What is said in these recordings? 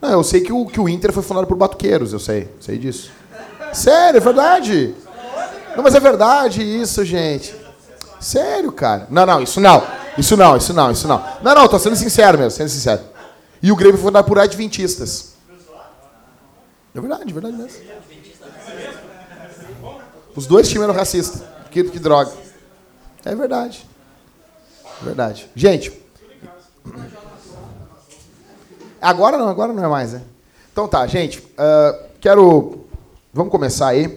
Não, eu sei que o Inter foi fundado por batuqueiros, eu sei disso. Sério, é verdade. Não, mas é verdade isso, gente. Sério, cara. Não, isso não. Não, tô sendo sincero mesmo, sendo sincero. E o Grêmio foi fundado por adventistas. É verdade mesmo. Os dois times eram racistas. Que droga. É verdade. Gente. Agora não é mais, né? Então tá, gente. Vamos começar aí.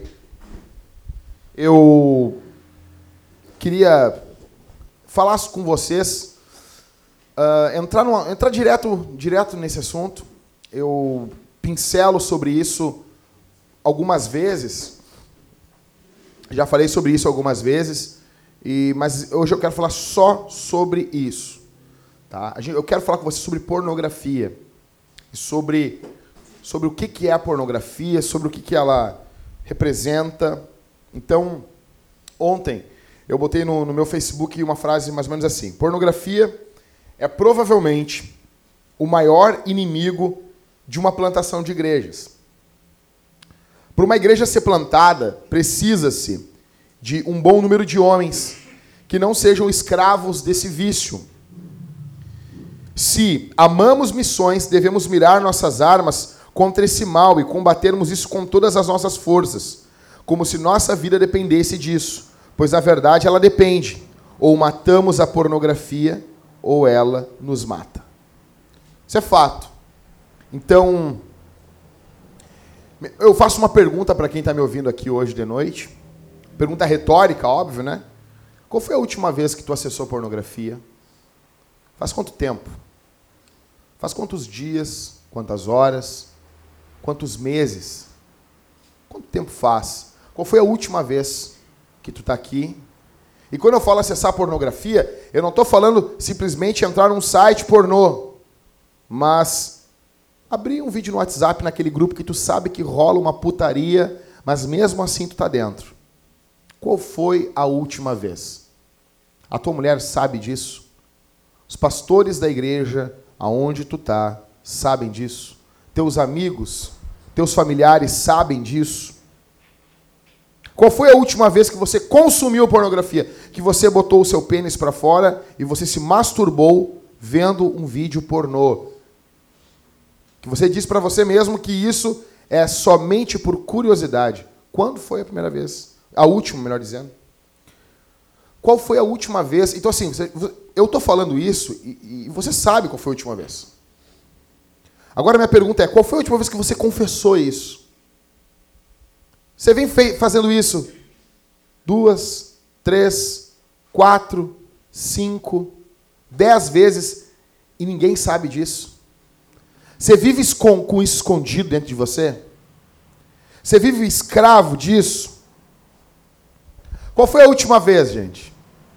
Eu queria falar com vocês, entrar direto nesse assunto. Eu pincelo sobre isso algumas vezes. Já falei sobre isso algumas vezes, mas hoje eu quero falar só sobre isso. Tá? Eu quero falar com vocês sobre pornografia, e sobre o que é a pornografia, sobre o que ela representa. Então, ontem, eu botei no meu Facebook uma frase mais ou menos assim: pornografia é provavelmente o maior inimigo de uma plantação de igrejas. Para uma igreja ser plantada, precisa-se de um bom número de homens que não sejam escravos desse vício. Se amamos missões, devemos mirar nossas armas contra esse mal e combatermos isso com todas as nossas forças, como se nossa vida dependesse disso, pois na verdade ela depende. Ou matamos a pornografia, ou ela nos mata. Isso é fato. Então, eu faço uma pergunta para quem está me ouvindo aqui hoje de noite. Pergunta retórica, óbvio, né? Qual foi a última vez que tu acessou pornografia? Faz quanto tempo? Faz quantos dias? Quantas horas? Quantos meses? Quanto tempo faz? Qual foi a última vez que tu está aqui? E quando eu falo acessar pornografia, eu não estou falando simplesmente entrar num site pornô, mas abrir um vídeo no WhatsApp naquele grupo que tu sabe que rola uma putaria, mas mesmo assim tu tá dentro. Qual foi a última vez? A tua mulher sabe disso? Os pastores da igreja, aonde tu tá, sabem disso? Teus amigos, teus familiares sabem disso? Qual foi a última vez que você consumiu pornografia? Que você botou o seu pênis para fora e você se masturbou vendo um vídeo pornô? Que você diz para você mesmo que isso é somente por curiosidade. Quando foi a primeira vez? A última, melhor dizendo. Qual foi a última vez? Então, assim, eu estou falando isso e você sabe qual foi a última vez. Agora, minha pergunta é, qual foi a última vez que você confessou isso? Você vem fazendo isso 2, 3, 4, 5, 10 vezes e ninguém sabe disso? Você vive com isso escondido dentro de você? Você vive escravo disso? Qual foi a última vez, gente?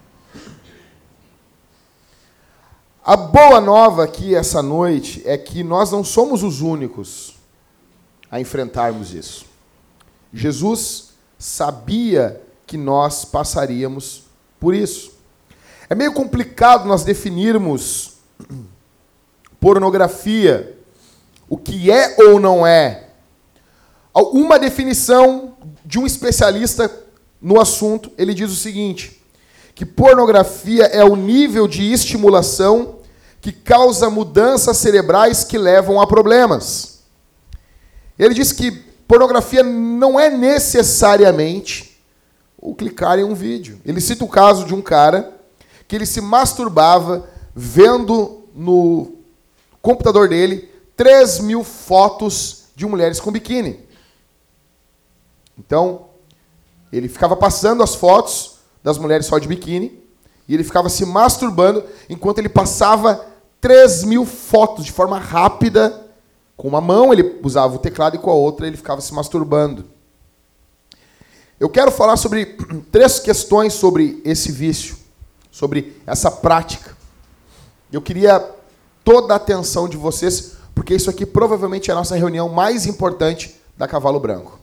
A boa nova aqui essa noite é que nós não somos os únicos a enfrentarmos isso. Jesus sabia que nós passaríamos por isso. É meio complicado nós definirmos pornografia, o que é ou não é. Uma definição de um especialista no assunto, ele diz o seguinte, que pornografia é o nível de estimulação que causa mudanças cerebrais que levam a problemas. Ele diz que pornografia não é necessariamente o clicar em um vídeo. Ele cita o caso de um cara que ele se masturbava vendo no computador dele 3.000 fotos de mulheres com biquíni. Então, ele ficava passando as fotos das mulheres só de biquíni e ele ficava se masturbando enquanto ele passava 3.000 fotos de forma rápida. Com uma mão ele usava o teclado e com a outra ele ficava se masturbando. Eu quero falar sobre 3 questões sobre esse vício, sobre essa prática. Eu queria toda a atenção de vocês, porque isso aqui provavelmente é a nossa reunião mais importante da Cavalo Branco.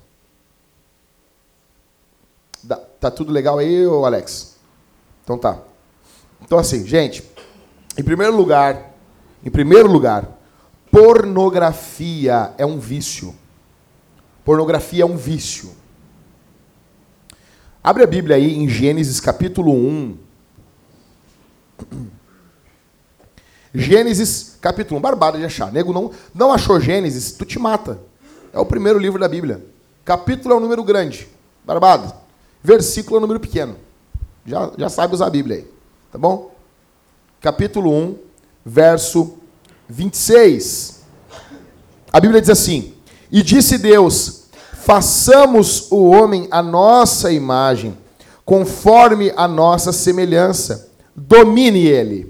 Tá tudo legal aí, ô Alex? Então tá. Então assim, gente, em primeiro lugar, pornografia é um vício. Pornografia é um vício. Abre a Bíblia aí em Gênesis capítulo 1. Gênesis capítulo 1. Barbada de achar. Nego não achou Gênesis, tu te mata. É o primeiro livro da Bíblia. Capítulo é um número grande. Barbado. Versículo é um número pequeno. Já sabe usar a Bíblia aí. Tá bom? Capítulo 1, verso 26. A Bíblia diz assim: E disse Deus: façamos o homem à nossa imagem, conforme a nossa semelhança. Domine ele.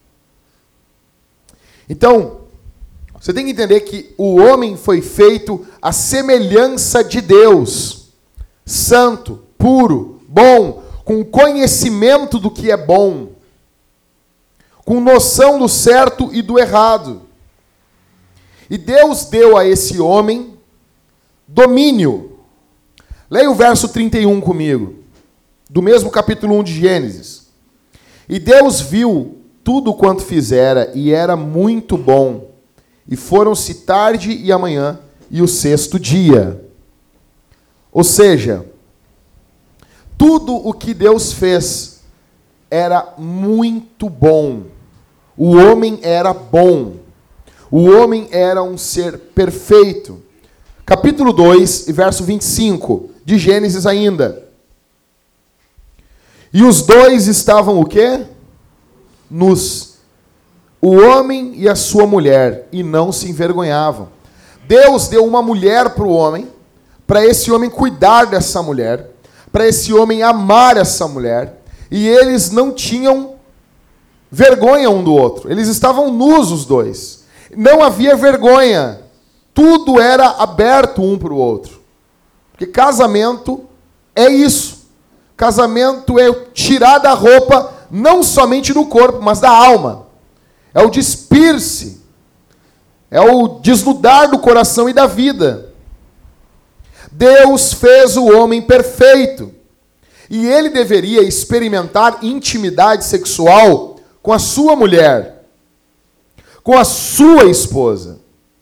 Então, você tem que entender que o homem foi feito à semelhança de Deus. Santo, puro, bom, com conhecimento do que é bom, com noção do certo e do errado. E Deus deu a esse homem domínio. Leia o verso 31 comigo, do mesmo capítulo 1 de Gênesis. E Deus viu tudo quanto fizera, e era muito bom. E foram-se tarde e amanhã, e o sexto dia. Ou seja, tudo o que Deus fez era muito bom. O homem era bom. O homem era um ser perfeito. Capítulo 2, verso 25, de Gênesis ainda. E os dois estavam o quê? Nus. O homem e a sua mulher, e não se envergonhavam. Deus deu uma mulher para o homem, para esse homem cuidar dessa mulher, para esse homem amar essa mulher, e eles não tinham vergonha um do outro. Eles estavam nus os dois. Não havia vergonha. Tudo era aberto um para o outro. Porque casamento é isso. Casamento é tirar da roupa, não somente do corpo, mas da alma. É o despir-se. É o desnudar do coração e da vida. Deus fez o homem perfeito. E ele deveria experimentar intimidade sexual com a sua mulher, com a sua esposa.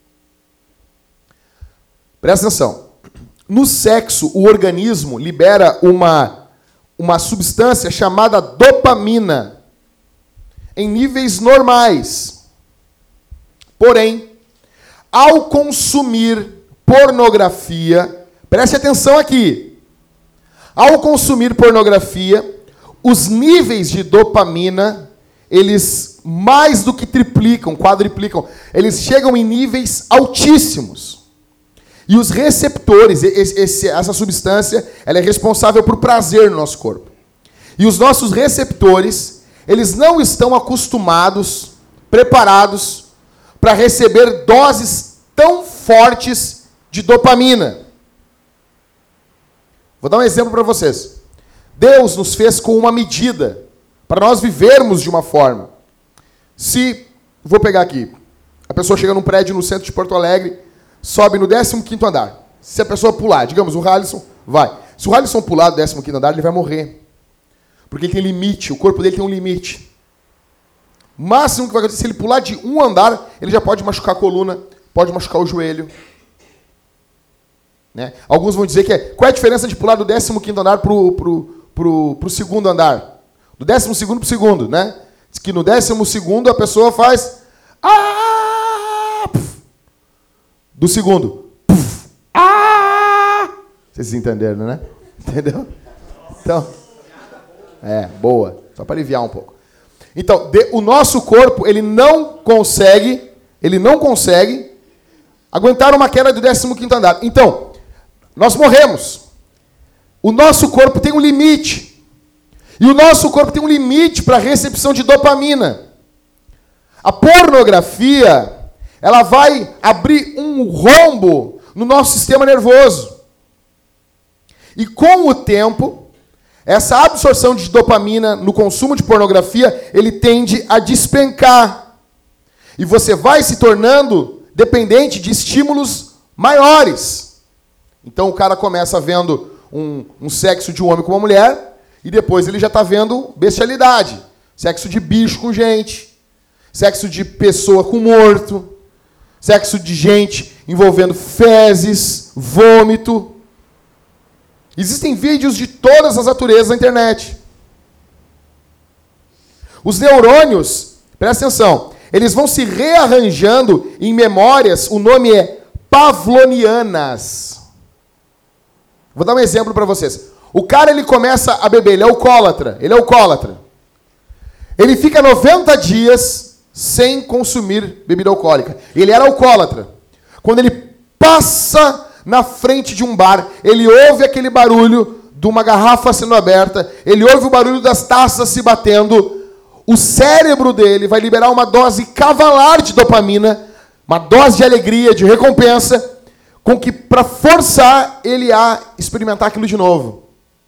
Presta atenção. No sexo, o organismo libera uma substância chamada dopamina em níveis normais. Porém, ao consumir pornografia, preste atenção aqui. Ao consumir pornografia, os níveis de dopamina, eles mais do que triplicam, quadriplicam. Eles chegam em níveis altíssimos. E os receptores, essa substância, ela é responsável por prazer no nosso corpo. E os nossos receptores, eles não estão acostumados, preparados para receber doses tão fortes de dopamina. Vou dar um exemplo para vocês. Deus nos fez com uma medida para nós vivermos de uma forma. Vou pegar aqui, a pessoa chega num prédio no centro de Porto Alegre, sobe no 15º andar. Se a pessoa pular, digamos, o Halisson vai. Se o Halisson pular do 15º andar, ele vai morrer. Porque ele tem limite, o corpo dele tem um limite. O máximo que vai acontecer, se ele pular de um andar, ele já pode machucar a coluna, pode machucar o joelho. Né? Alguns vão dizer qual é a diferença de pular do 15º andar pro segundo andar? Do 12º pro segundo, né? Diz que no 12º a pessoa faz... Do segundo. Vocês entenderam, né? Entendeu? Então, boa. Só para aliviar um pouco. Então, o nosso corpo, ele não consegue aguentar uma queda do 15º andar. Então, nós morremos. O nosso corpo tem um limite. E o nosso corpo tem um limite para a recepção de dopamina. A pornografia, ela vai abrir um rombo no nosso sistema nervoso. E com o tempo, essa absorção de dopamina no consumo de pornografia, ele tende a despencar. E você vai se tornando dependente de estímulos maiores. Então o cara começa vendo um sexo de um homem com uma mulher, e depois ele já está vendo bestialidade. Sexo de bicho com gente, sexo de pessoa com morto, sexo de gente envolvendo fezes, vômito. Existem vídeos de todas as naturezas na internet. Os neurônios, presta atenção, eles vão se rearranjando em memórias, o nome é pavlonianas. Vou dar um exemplo para vocês. O cara, ele começa a beber, ele é alcoólatra. Ele fica 90 dias sem consumir bebida alcoólica. Ele era alcoólatra. Quando ele passa na frente de um bar, ele ouve aquele barulho de uma garrafa sendo aberta, ele ouve o barulho das taças se batendo, o cérebro dele vai liberar uma dose cavalar de dopamina, uma dose de alegria, de recompensa, com que para forçar ele a experimentar aquilo de novo.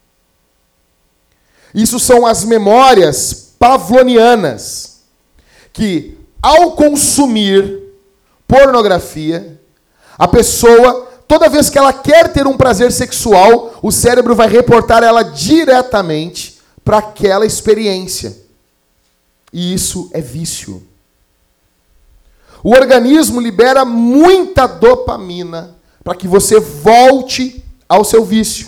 Isso são as memórias pavlonianas, que ao consumir pornografia, a pessoa, toda vez que ela quer ter um prazer sexual, o cérebro vai reportar ela diretamente para aquela experiência. E isso é vício. O organismo libera muita dopamina para que você volte ao seu vício.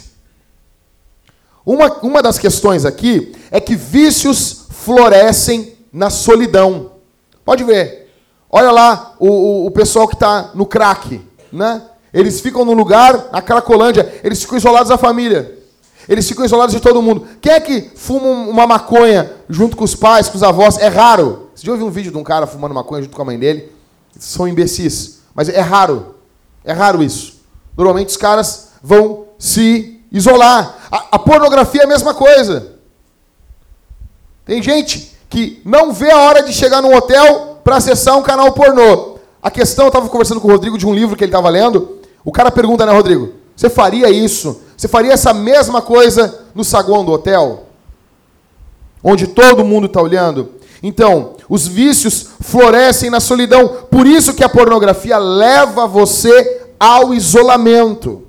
Uma das questões aqui é que vícios florescem na solidão. Pode ver. Olha lá o pessoal que está no crack, né? Eles ficam no lugar, na Cracolândia, eles ficam isolados da família. Eles ficam isolados de todo mundo. Quem é que fuma uma maconha junto com os pais, com os avós? É raro. Você já ouviu um vídeo de um cara fumando maconha junto com a mãe dele? São imbecis. Mas é raro. É raro isso. Normalmente os caras vão se isolar. A pornografia é a mesma coisa. Tem gente que não vê a hora de chegar num hotel para acessar um canal pornô. A questão, eu estava conversando com o Rodrigo de um livro que ele estava lendo. O cara pergunta, né, Rodrigo? Você faria isso? Você faria essa mesma coisa no saguão do hotel? Onde todo mundo está olhando? Então, os vícios florescem na solidão. Por isso que a pornografia leva você ao isolamento.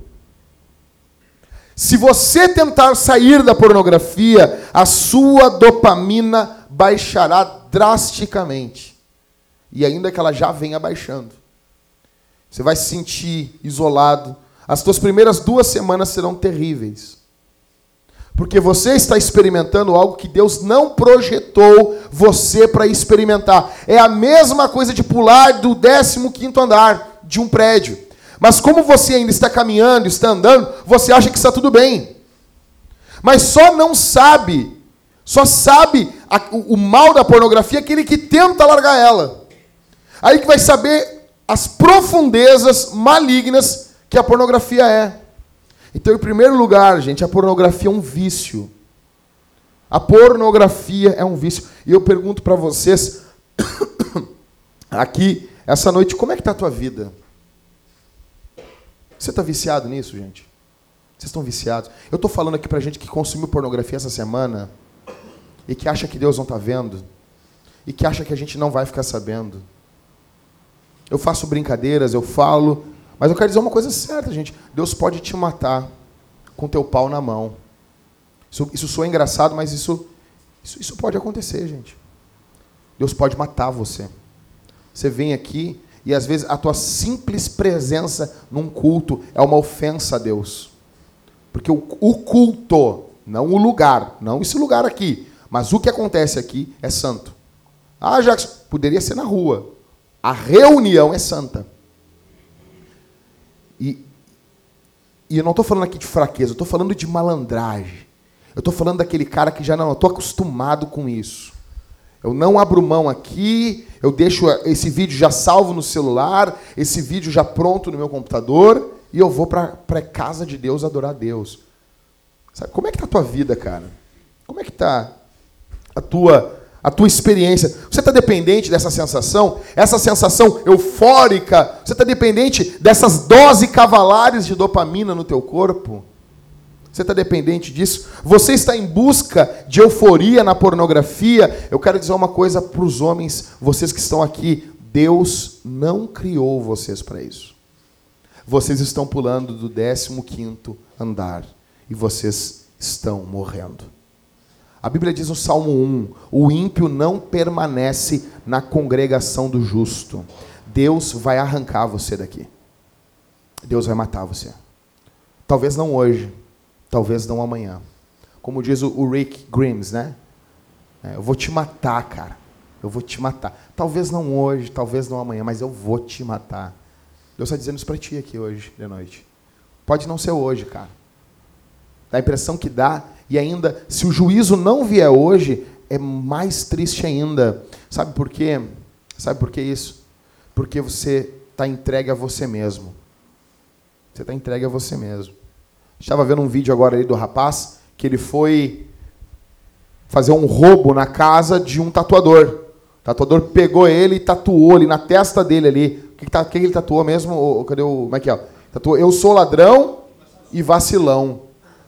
Se você tentar sair da pornografia, a sua dopamina baixará drasticamente. E ainda que ela já venha baixando. Você vai se sentir isolado. As suas primeiras 2 semanas serão terríveis. Porque você está experimentando algo que Deus não projetou você para experimentar. É a mesma coisa de pular do 15º andar de um prédio. Mas como você ainda está caminhando, está andando, você acha que está tudo bem. Mas só sabe o mal da pornografia aquele que tenta largar ela. Aí que vai saber as profundezas malignas que a pornografia é. Então, em primeiro lugar, gente, a pornografia é um vício. A pornografia é um vício. E eu pergunto para vocês, aqui, essa noite, como é que está a tua vida? Você está viciado nisso, gente? Vocês estão viciados? Eu estou falando aqui para gente que consumiu pornografia essa semana e que acha que Deus não está vendo e que acha que a gente não vai ficar sabendo. Eu faço brincadeiras, eu falo, mas eu quero dizer uma coisa certa, gente. Deus pode te matar com teu pau na mão. Isso soa engraçado, mas isso pode acontecer, gente. Deus pode matar você. Você vem aqui e, às vezes, a tua simples presença num culto é uma ofensa a Deus. Porque o culto, não o lugar, não esse lugar aqui, mas o que acontece aqui é santo. Ah, Jackson, poderia ser na rua. A reunião é santa. E eu não estou falando aqui de fraqueza, eu estou falando de malandragem. Eu estou falando daquele cara que já não, eu estou acostumado com isso. Eu não abro mão aqui, eu deixo esse vídeo já salvo no celular, esse vídeo já pronto no meu computador, e eu vou para a casa de Deus adorar a Deus. Sabe, como é que está a tua vida, cara? Como é que está a tua experiência? Você está dependente dessa sensação? Essa sensação eufórica? Você está dependente dessas doses cavalares de dopamina no teu corpo? Você está dependente disso? Você está em busca de euforia na pornografia? Eu quero dizer uma coisa para os homens, vocês que estão aqui. Deus não criou vocês para isso. Vocês estão pulando do 15º andar e vocês estão morrendo. A Bíblia diz no Salmo 1, o ímpio não permanece na congregação do justo, Deus vai arrancar você daqui. Deus vai matar você. Talvez não hoje, talvez não amanhã. Como diz o Rick Grimes, né? Eu vou te matar, cara. Eu vou te matar. Talvez não hoje, talvez não amanhã, mas eu vou te matar. Deus está dizendo isso para ti aqui hoje, de noite. Pode não ser hoje, cara. Dá a impressão que dá. E ainda, se o juízo não vier hoje, é mais triste ainda. Sabe por quê? Sabe por que isso? Porque você está entregue a você mesmo. Você está entregue a você mesmo. Estava vendo um vídeo agora aí do rapaz, que ele foi fazer um roubo na casa de um tatuador. O tatuador pegou ele e tatuou ali na testa dele ali. O que ele tatuou mesmo? Cadê o... Como é que é? Tatuou: eu sou ladrão e vacilão.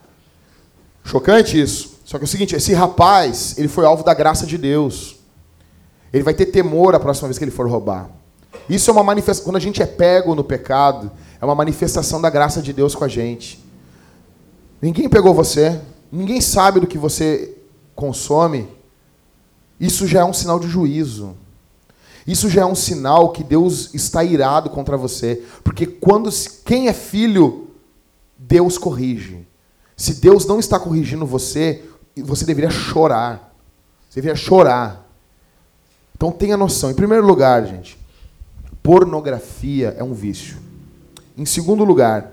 Chocante isso. Só que é o seguinte, esse rapaz, ele foi alvo da graça de Deus. Ele vai ter temor a próxima vez que ele for roubar. Isso é uma manifestação. Quando a gente é pego no pecado, é uma manifestação da graça de Deus com a gente. Ninguém pegou você. Ninguém sabe do que você consome. Isso já é um sinal de juízo. Isso já é um sinal que Deus está irado contra você. Porque quem é filho, Deus corrige. Se Deus não está corrigindo você, você deveria chorar. Você deveria chorar. Então tenha noção. Em primeiro lugar, gente, pornografia é um vício. Em segundo lugar,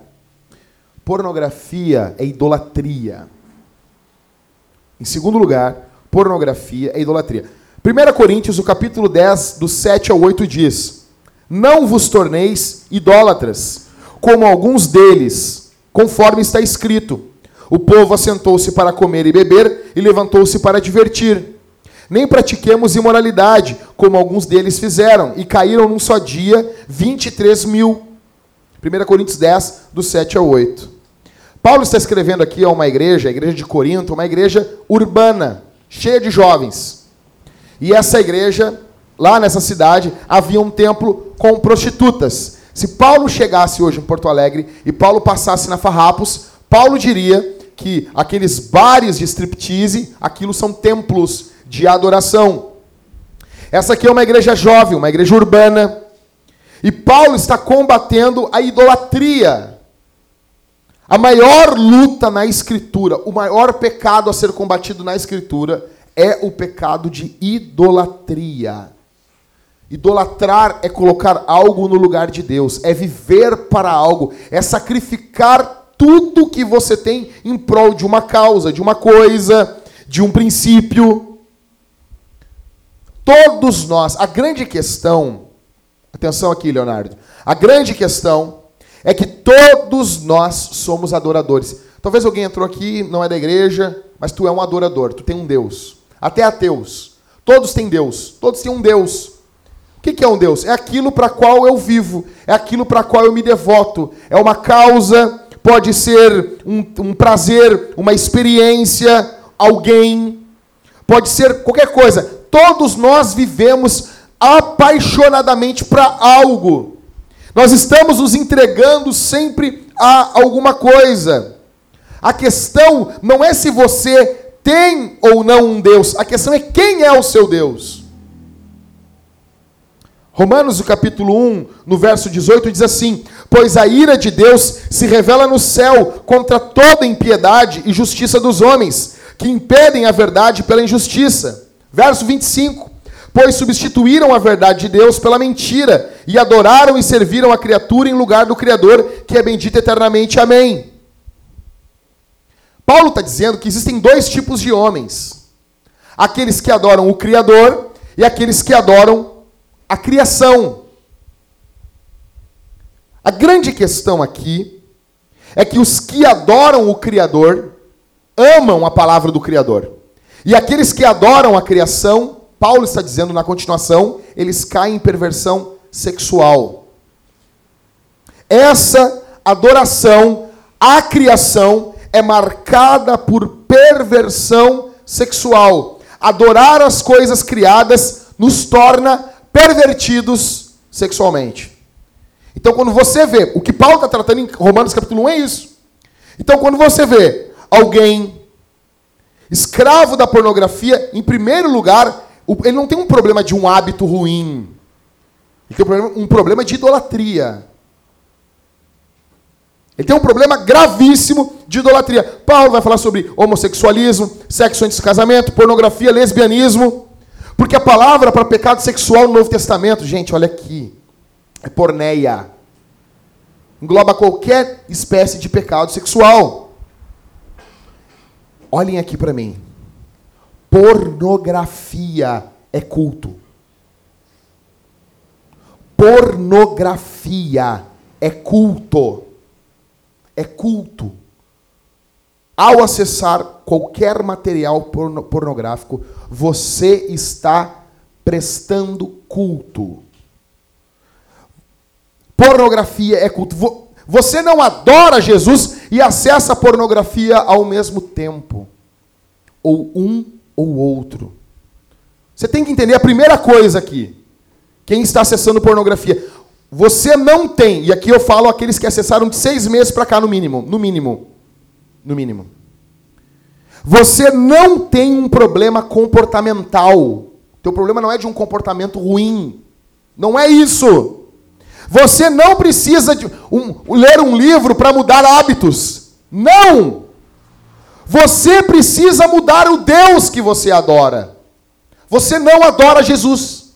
pornografia é idolatria. Em segundo lugar, pornografia é idolatria. 1 Coríntios, o capítulo 10, do 7 ao 8 diz: não vos torneis idólatras, como alguns deles, conforme está escrito. O povo assentou-se para comer e beber e levantou-se para divertir. Nem pratiquemos imoralidade, como alguns deles fizeram, e caíram num só dia 23.000. 1 Coríntios 10, do 7 ao 8. Paulo está escrevendo aqui a uma igreja, a igreja de Corinto, uma igreja urbana, cheia de jovens. E essa igreja, lá nessa cidade, havia um templo com prostitutas. Se Paulo chegasse hoje em Porto Alegre e Paulo passasse na Farrapos, Paulo diria que aqueles bares de striptease, aquilo são templos de adoração. Essa aqui é uma igreja jovem, uma igreja urbana. E Paulo está combatendo a idolatria. A maior luta na Escritura, o maior pecado a ser combatido na Escritura é o pecado de idolatria. Idolatrar é colocar algo no lugar de Deus, é viver para algo, é sacrificar tudo que você tem em prol de uma causa, de uma coisa, de um princípio. Todos nós, a grande questão, atenção aqui, Leonardo, a grande questão é que todos nós somos adoradores. Talvez alguém entrou aqui, não é da igreja, mas tu é um adorador, tu tem um Deus. Até ateus. Todos têm Deus, todos têm um Deus. O que é um Deus? É aquilo para qual eu vivo, é aquilo para qual eu me devoto, é uma causa. Pode ser um prazer, uma experiência, alguém. Pode ser qualquer coisa. Todos nós vivemos apaixonadamente para algo. Nós estamos nos entregando sempre a alguma coisa. A questão não é se você tem ou não um Deus. A questão é quem é o seu Deus. Romanos, o capítulo 1, no verso 18, diz assim: pois a ira de Deus se revela no céu contra toda impiedade e justiça dos homens, que impedem a verdade pela injustiça. Verso 25, pois substituíram a verdade de Deus pela mentira, e adoraram e serviram a criatura em lugar do Criador, que é bendito eternamente. Amém. Paulo está dizendo que existem dois tipos de homens: aqueles que adoram o Criador e aqueles que adoram a criação. A grande questão aqui é que os que adoram o Criador amam a palavra do Criador. E aqueles que adoram a criação, Paulo está dizendo na continuação, eles caem em perversão sexual. Essa adoração à criação é marcada por perversão sexual. Adorar as coisas criadas nos torna pervertidos sexualmente. Então, quando você vê, o que Paulo está tratando em Romanos capítulo 1 é isso. Então, quando você vê alguém escravo da pornografia, em primeiro lugar, ele não tem um problema de um hábito ruim. Ele tem um problema de idolatria. Ele tem um problema gravíssimo de idolatria. Paulo vai falar sobre homossexualismo, sexo antes do casamento, pornografia, lesbianismo. Porque a palavra para pecado sexual no Novo Testamento, gente, olha aqui, é porneia. Engloba qualquer espécie de pecado sexual. Olhem aqui para mim. Pornografia é culto. Pornografia é culto. É culto. Ao acessar qualquer material pornográfico, você está prestando culto. Pornografia é culto. Você não adora Jesus e acessa a pornografia ao mesmo tempo. Ou um ou outro. Você tem que entender a primeira coisa aqui. Quem está acessando pornografia. Você não tem, e aqui eu falo aqueles que acessaram de 6 meses para cá no mínimo. No mínimo. Você não tem um problema comportamental. Teu problema não é de um comportamento ruim. Não é isso. Você não precisa de ler um livro para mudar hábitos. Não! Você precisa mudar o Deus que você adora. Você não adora Jesus.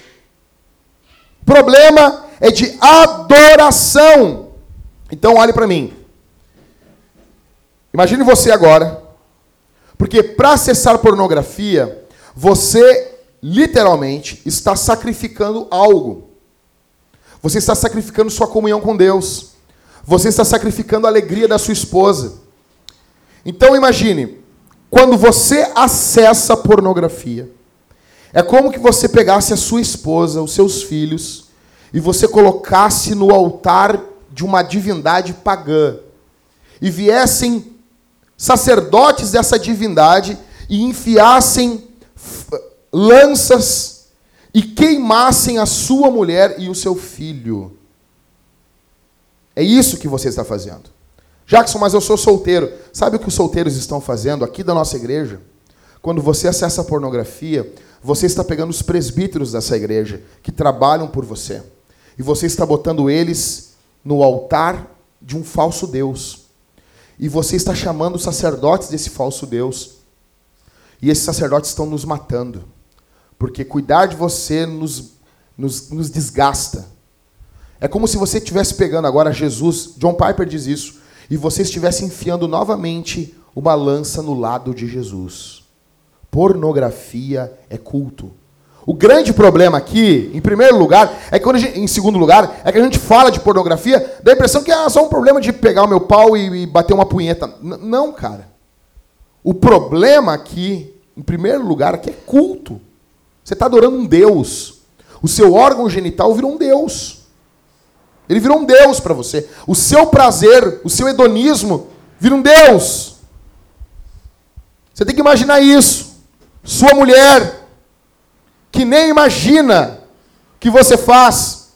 O problema é de adoração. Então olhe para mim. Imagine você agora. Porque para acessar pornografia, você literalmente está sacrificando algo. Você está sacrificando sua comunhão com Deus. Você está sacrificando a alegria da sua esposa. Então imagine, quando você acessa pornografia, é como que você pegasse a sua esposa, os seus filhos, e você colocasse no altar de uma divindade pagã. E viessem sacerdotes dessa divindade e enfiassem lanças e queimassem a sua mulher e o seu filho. É isso que você está fazendo. Jackson, mas eu sou solteiro. Sabe o que os solteiros estão fazendo aqui da nossa igreja? Quando você acessa a pornografia, você está pegando os presbíteros dessa igreja, que trabalham por você. E você está botando eles no altar de um falso Deus. E você está chamando os sacerdotes desse falso Deus. E esses sacerdotes estão nos matando. Porque cuidar de você nos desgasta. É como se você estivesse pegando agora Jesus, John Piper diz isso, e você estivesse enfiando novamente uma lança no lado de Jesus. Pornografia é culto. O grande problema aqui, em primeiro lugar, é que em segundo lugar, é que a gente fala de pornografia, dá a impressão que é só um problema de pegar o meu pau e bater uma punheta. Não, cara. O problema aqui, em primeiro lugar, aqui é culto. Você está adorando um Deus. O seu órgão genital virou um Deus. Ele virou um Deus para você. O seu prazer, o seu hedonismo, vira um Deus. Você tem que imaginar isso. Sua mulher, que nem imagina o que você faz.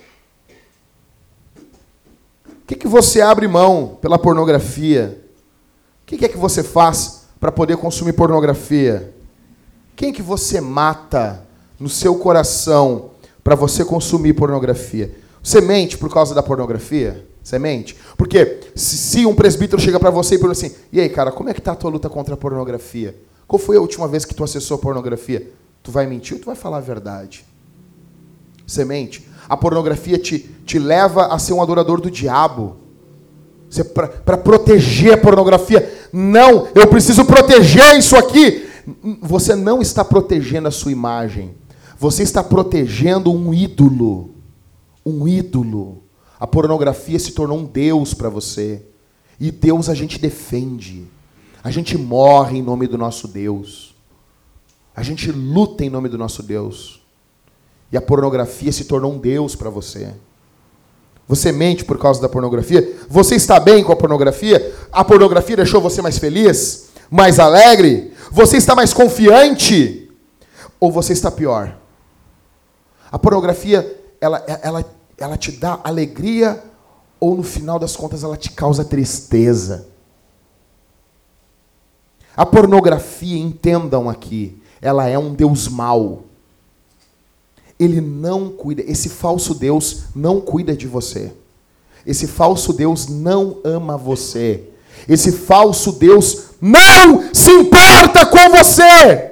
O que você abre mão pela pornografia? O que é que você faz para poder consumir pornografia? Quem que você mata no seu coração para você consumir pornografia? Você mente por causa da pornografia? Você mente? Porque se um presbítero chega para você e pergunta assim, e aí, cara, como é que está a tua luta contra a pornografia? Qual foi a última vez que tu acessou a pornografia? Tu vai mentir ou tu vai falar a verdade? Você mente? A pornografia te leva a ser um adorador do diabo. Para proteger a pornografia. Não, eu preciso proteger isso aqui. Você não está protegendo a sua imagem. Você está protegendo um ídolo. Um ídolo. A pornografia se tornou um Deus para você. E Deus a gente defende. A gente morre em nome do nosso Deus. A gente luta em nome do nosso Deus. E a pornografia se tornou um Deus para você. Você mente por causa da pornografia? Você está bem com a pornografia? A pornografia deixou você mais feliz? Mais alegre? Você está mais confiante? Ou você está pior? A pornografia, ela te dá alegria ou, no final das contas, ela te causa tristeza? A pornografia, entendam aqui, ela é um Deus mau. Ele não cuida. Esse falso Deus não cuida de você. Esse falso Deus não ama você. Esse falso Deus não se importa com você.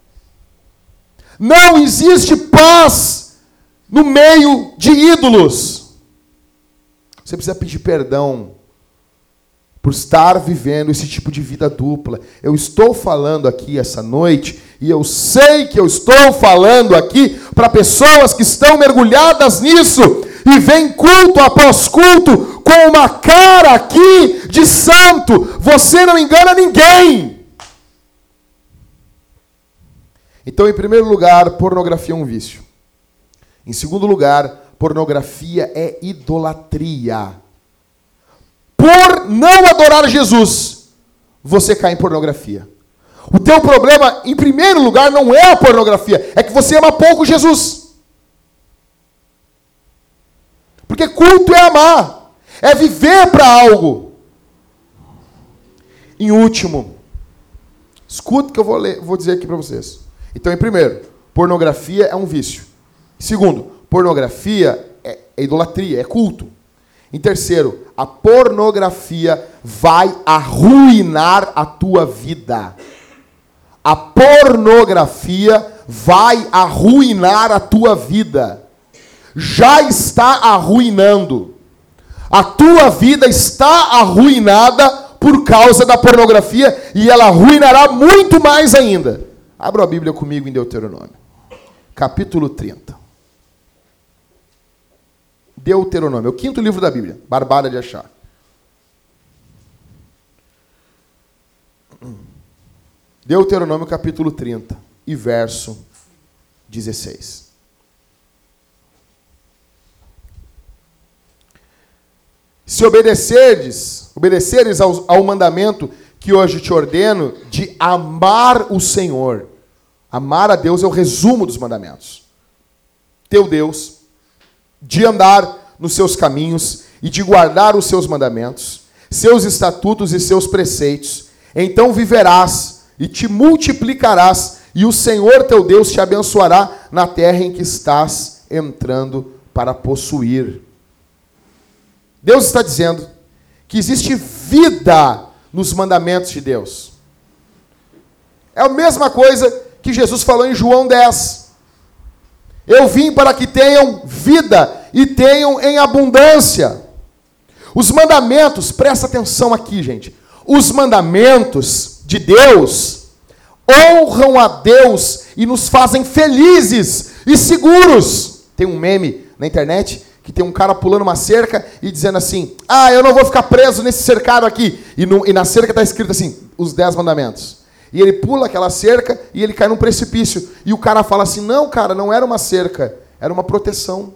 Não existe paz no meio de ídolos. Você precisa pedir perdão por estar vivendo esse tipo de vida dupla. Eu estou falando aqui essa noite, e eu sei que eu estou falando aqui para pessoas que estão mergulhadas nisso, e vem culto após culto, com uma cara aqui de santo. Você não engana ninguém. Então, em primeiro lugar, pornografia é um vício. Em segundo lugar, pornografia é idolatria. Por não adorar Jesus, você cai em pornografia. O teu problema, em primeiro lugar, não é a pornografia, é que você ama pouco Jesus. Porque culto é amar, é viver para algo. Em último, escuta o que eu vou dizer aqui para vocês. Então, em primeiro, pornografia é um vício. Em segundo, pornografia é idolatria, é culto. Em terceiro, a pornografia vai arruinar a tua vida. A pornografia vai arruinar a tua vida. Já está arruinando. A tua vida está arruinada por causa da pornografia e ela arruinará muito mais ainda. Abra a Bíblia comigo em Deuteronômio, capítulo 30. Deuteronômio, é o 5º livro da Bíblia, barbada de achar. Deuteronômio, capítulo 30, e verso 16. Se obedeceres ao mandamento que hoje te ordeno, de amar o Senhor. Amar a Deus é o resumo dos mandamentos. Teu Deus, de andar nos seus caminhos e de guardar os seus mandamentos, seus estatutos e seus preceitos. Então viverás e te multiplicarás, e o Senhor teu Deus te abençoará na terra em que estás entrando para possuir. Deus está dizendo que existe vida nos mandamentos de Deus. É a mesma coisa que Jesus falou em João 10. Eu vim para que tenham vida e tenham em abundância. Os mandamentos, presta atenção aqui, gente. Os mandamentos de Deus honram a Deus e nos fazem felizes e seguros. Tem um meme na internet que tem um cara pulando uma cerca e dizendo assim: eu não vou ficar preso nesse cercado aqui. E na cerca está escrito assim, os 10 mandamentos. E ele pula aquela cerca e ele cai num precipício. E o cara fala assim: não, cara, não era uma cerca, era uma proteção.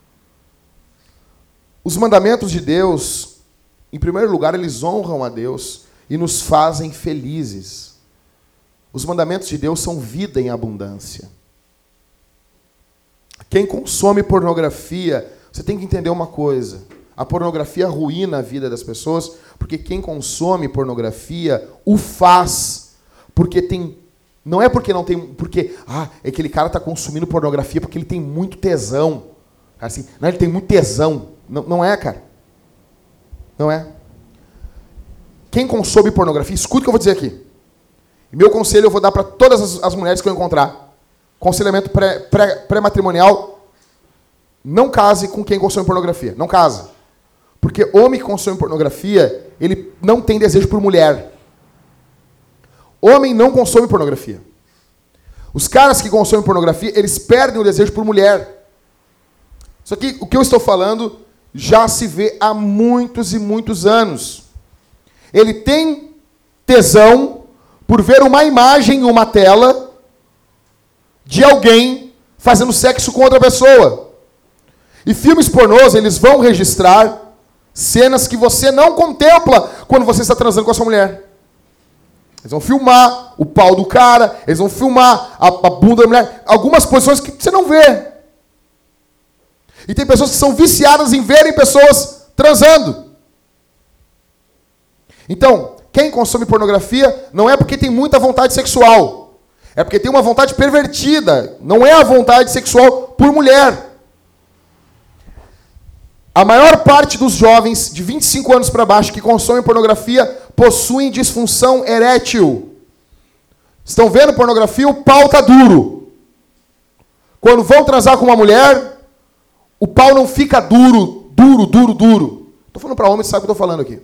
Os mandamentos de Deus, em primeiro lugar, eles honram a Deus e nos fazem felizes. Os mandamentos de Deus são vida em abundância. Quem consome pornografia, você tem que entender uma coisa. A pornografia arruína a vida das pessoas, porque quem consome pornografia o faz porque tem... Não é porque não tem... Porque, aquele cara está consumindo pornografia porque ele tem muito tesão. Assim, não, ele tem muito tesão. Não é, cara. Não é. Quem consome pornografia, escuta o que eu vou dizer aqui. Meu conselho eu vou dar para todas as mulheres que eu encontrar. Conselhamento pré-matrimonial: não case com quem consome pornografia. Não case. Porque homem que consome pornografia, ele não tem desejo por mulher. Homem não consome pornografia. Os caras que consomem pornografia, eles perdem o desejo por mulher. Isso aqui, o que eu estou falando, já se vê há muitos e muitos anos. Ele tem tesão por ver uma imagem em uma tela de alguém fazendo sexo com outra pessoa. E filmes pornôs, eles vão registrar cenas que você não contempla quando você está transando com a sua mulher. Eles vão filmar o pau do cara, eles vão filmar a bunda da mulher, algumas posições que você não vê. E tem pessoas que são viciadas em verem pessoas transando. Então, quem consome pornografia não é porque tem muita vontade sexual. É porque tem uma vontade pervertida. Não é a vontade sexual por mulher. A maior parte dos jovens de 25 anos para baixo que consomem pornografia possuem disfunção erétil. Estão vendo pornografia? O pau está duro. Quando vão transar com uma mulher, o pau não fica duro. Estou falando para homem, sabe o que eu estou falando aqui.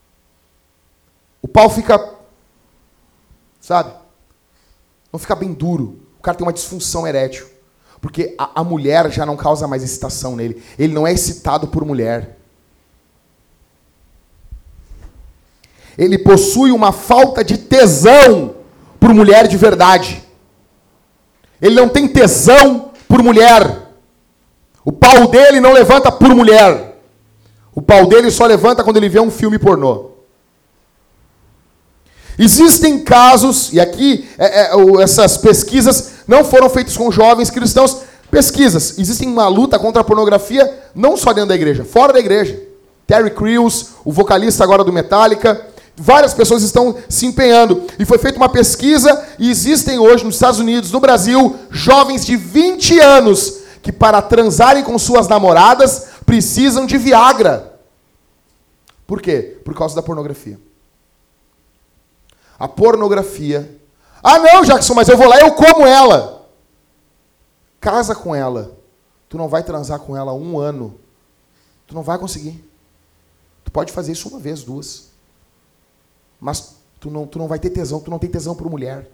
O pau fica, sabe? Não fica bem duro. O cara tem uma disfunção erétil. Porque a mulher já não causa mais excitação nele. Ele não é excitado por mulher. Ele possui uma falta de tesão por mulher de verdade. Ele não tem tesão por mulher. O pau dele não levanta por mulher. O pau dele só levanta quando ele vê um filme pornô. Existem casos, e aqui essas pesquisas não foram feitas com jovens cristãos. Pesquisas. Existe uma luta contra a pornografia, não só dentro da igreja, fora da igreja. Terry Crews, o vocalista agora do Metallica, várias pessoas estão se empenhando. E foi feita uma pesquisa, e existem hoje nos Estados Unidos, no Brasil, jovens de 20 anos que para transarem com suas namoradas precisam de Viagra. Por quê? Por causa da pornografia. A pornografia. Ah, não, Jackson, mas eu vou lá e eu como ela. Casa com ela. Tu não vai transar com ela 1 ano. Tu não vai conseguir. Tu pode fazer isso 1 vez, 2. Mas tu não vai ter tesão. Tu não tem tesão por mulher.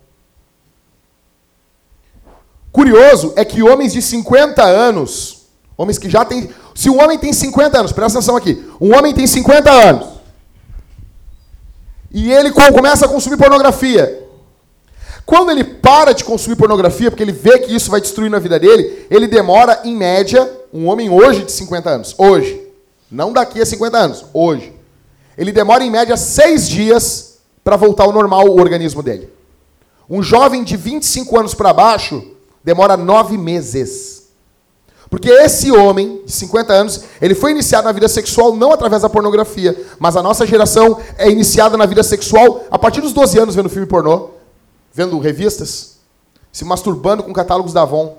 Curioso é que homens de 50 anos, homens que já têm... Se um homem tem 50 anos, presta atenção aqui. Um homem tem 50 anos. E ele começa a consumir pornografia. Quando ele para de consumir pornografia, porque ele vê que isso vai destruir na vida dele, ele demora, em média, um homem hoje de 50 anos, hoje, não daqui a 50 anos, hoje, ele demora, em média, 6 dias para voltar ao normal o organismo dele. Um jovem de 25 anos para baixo demora 9 meses. Porque esse homem, de 50 anos, ele foi iniciado na vida sexual não através da pornografia, mas a nossa geração é iniciada na vida sexual a partir dos 12 anos vendo filme pornô, vendo revistas, se masturbando com catálogos da Avon.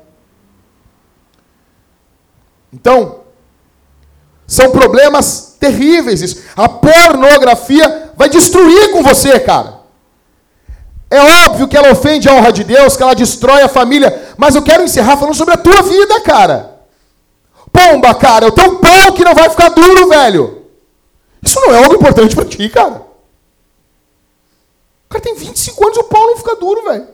Então, são problemas terríveis isso. A pornografia vai destruir com você, cara. É óbvio que ela ofende a honra de Deus, que ela destrói a família, mas eu quero encerrar falando sobre a tua vida, cara. Pomba, cara, é o teu pau que não vai ficar duro, velho. Isso não é algo importante pra ti, cara. O cara tem 25 anos e o pau não fica duro, velho.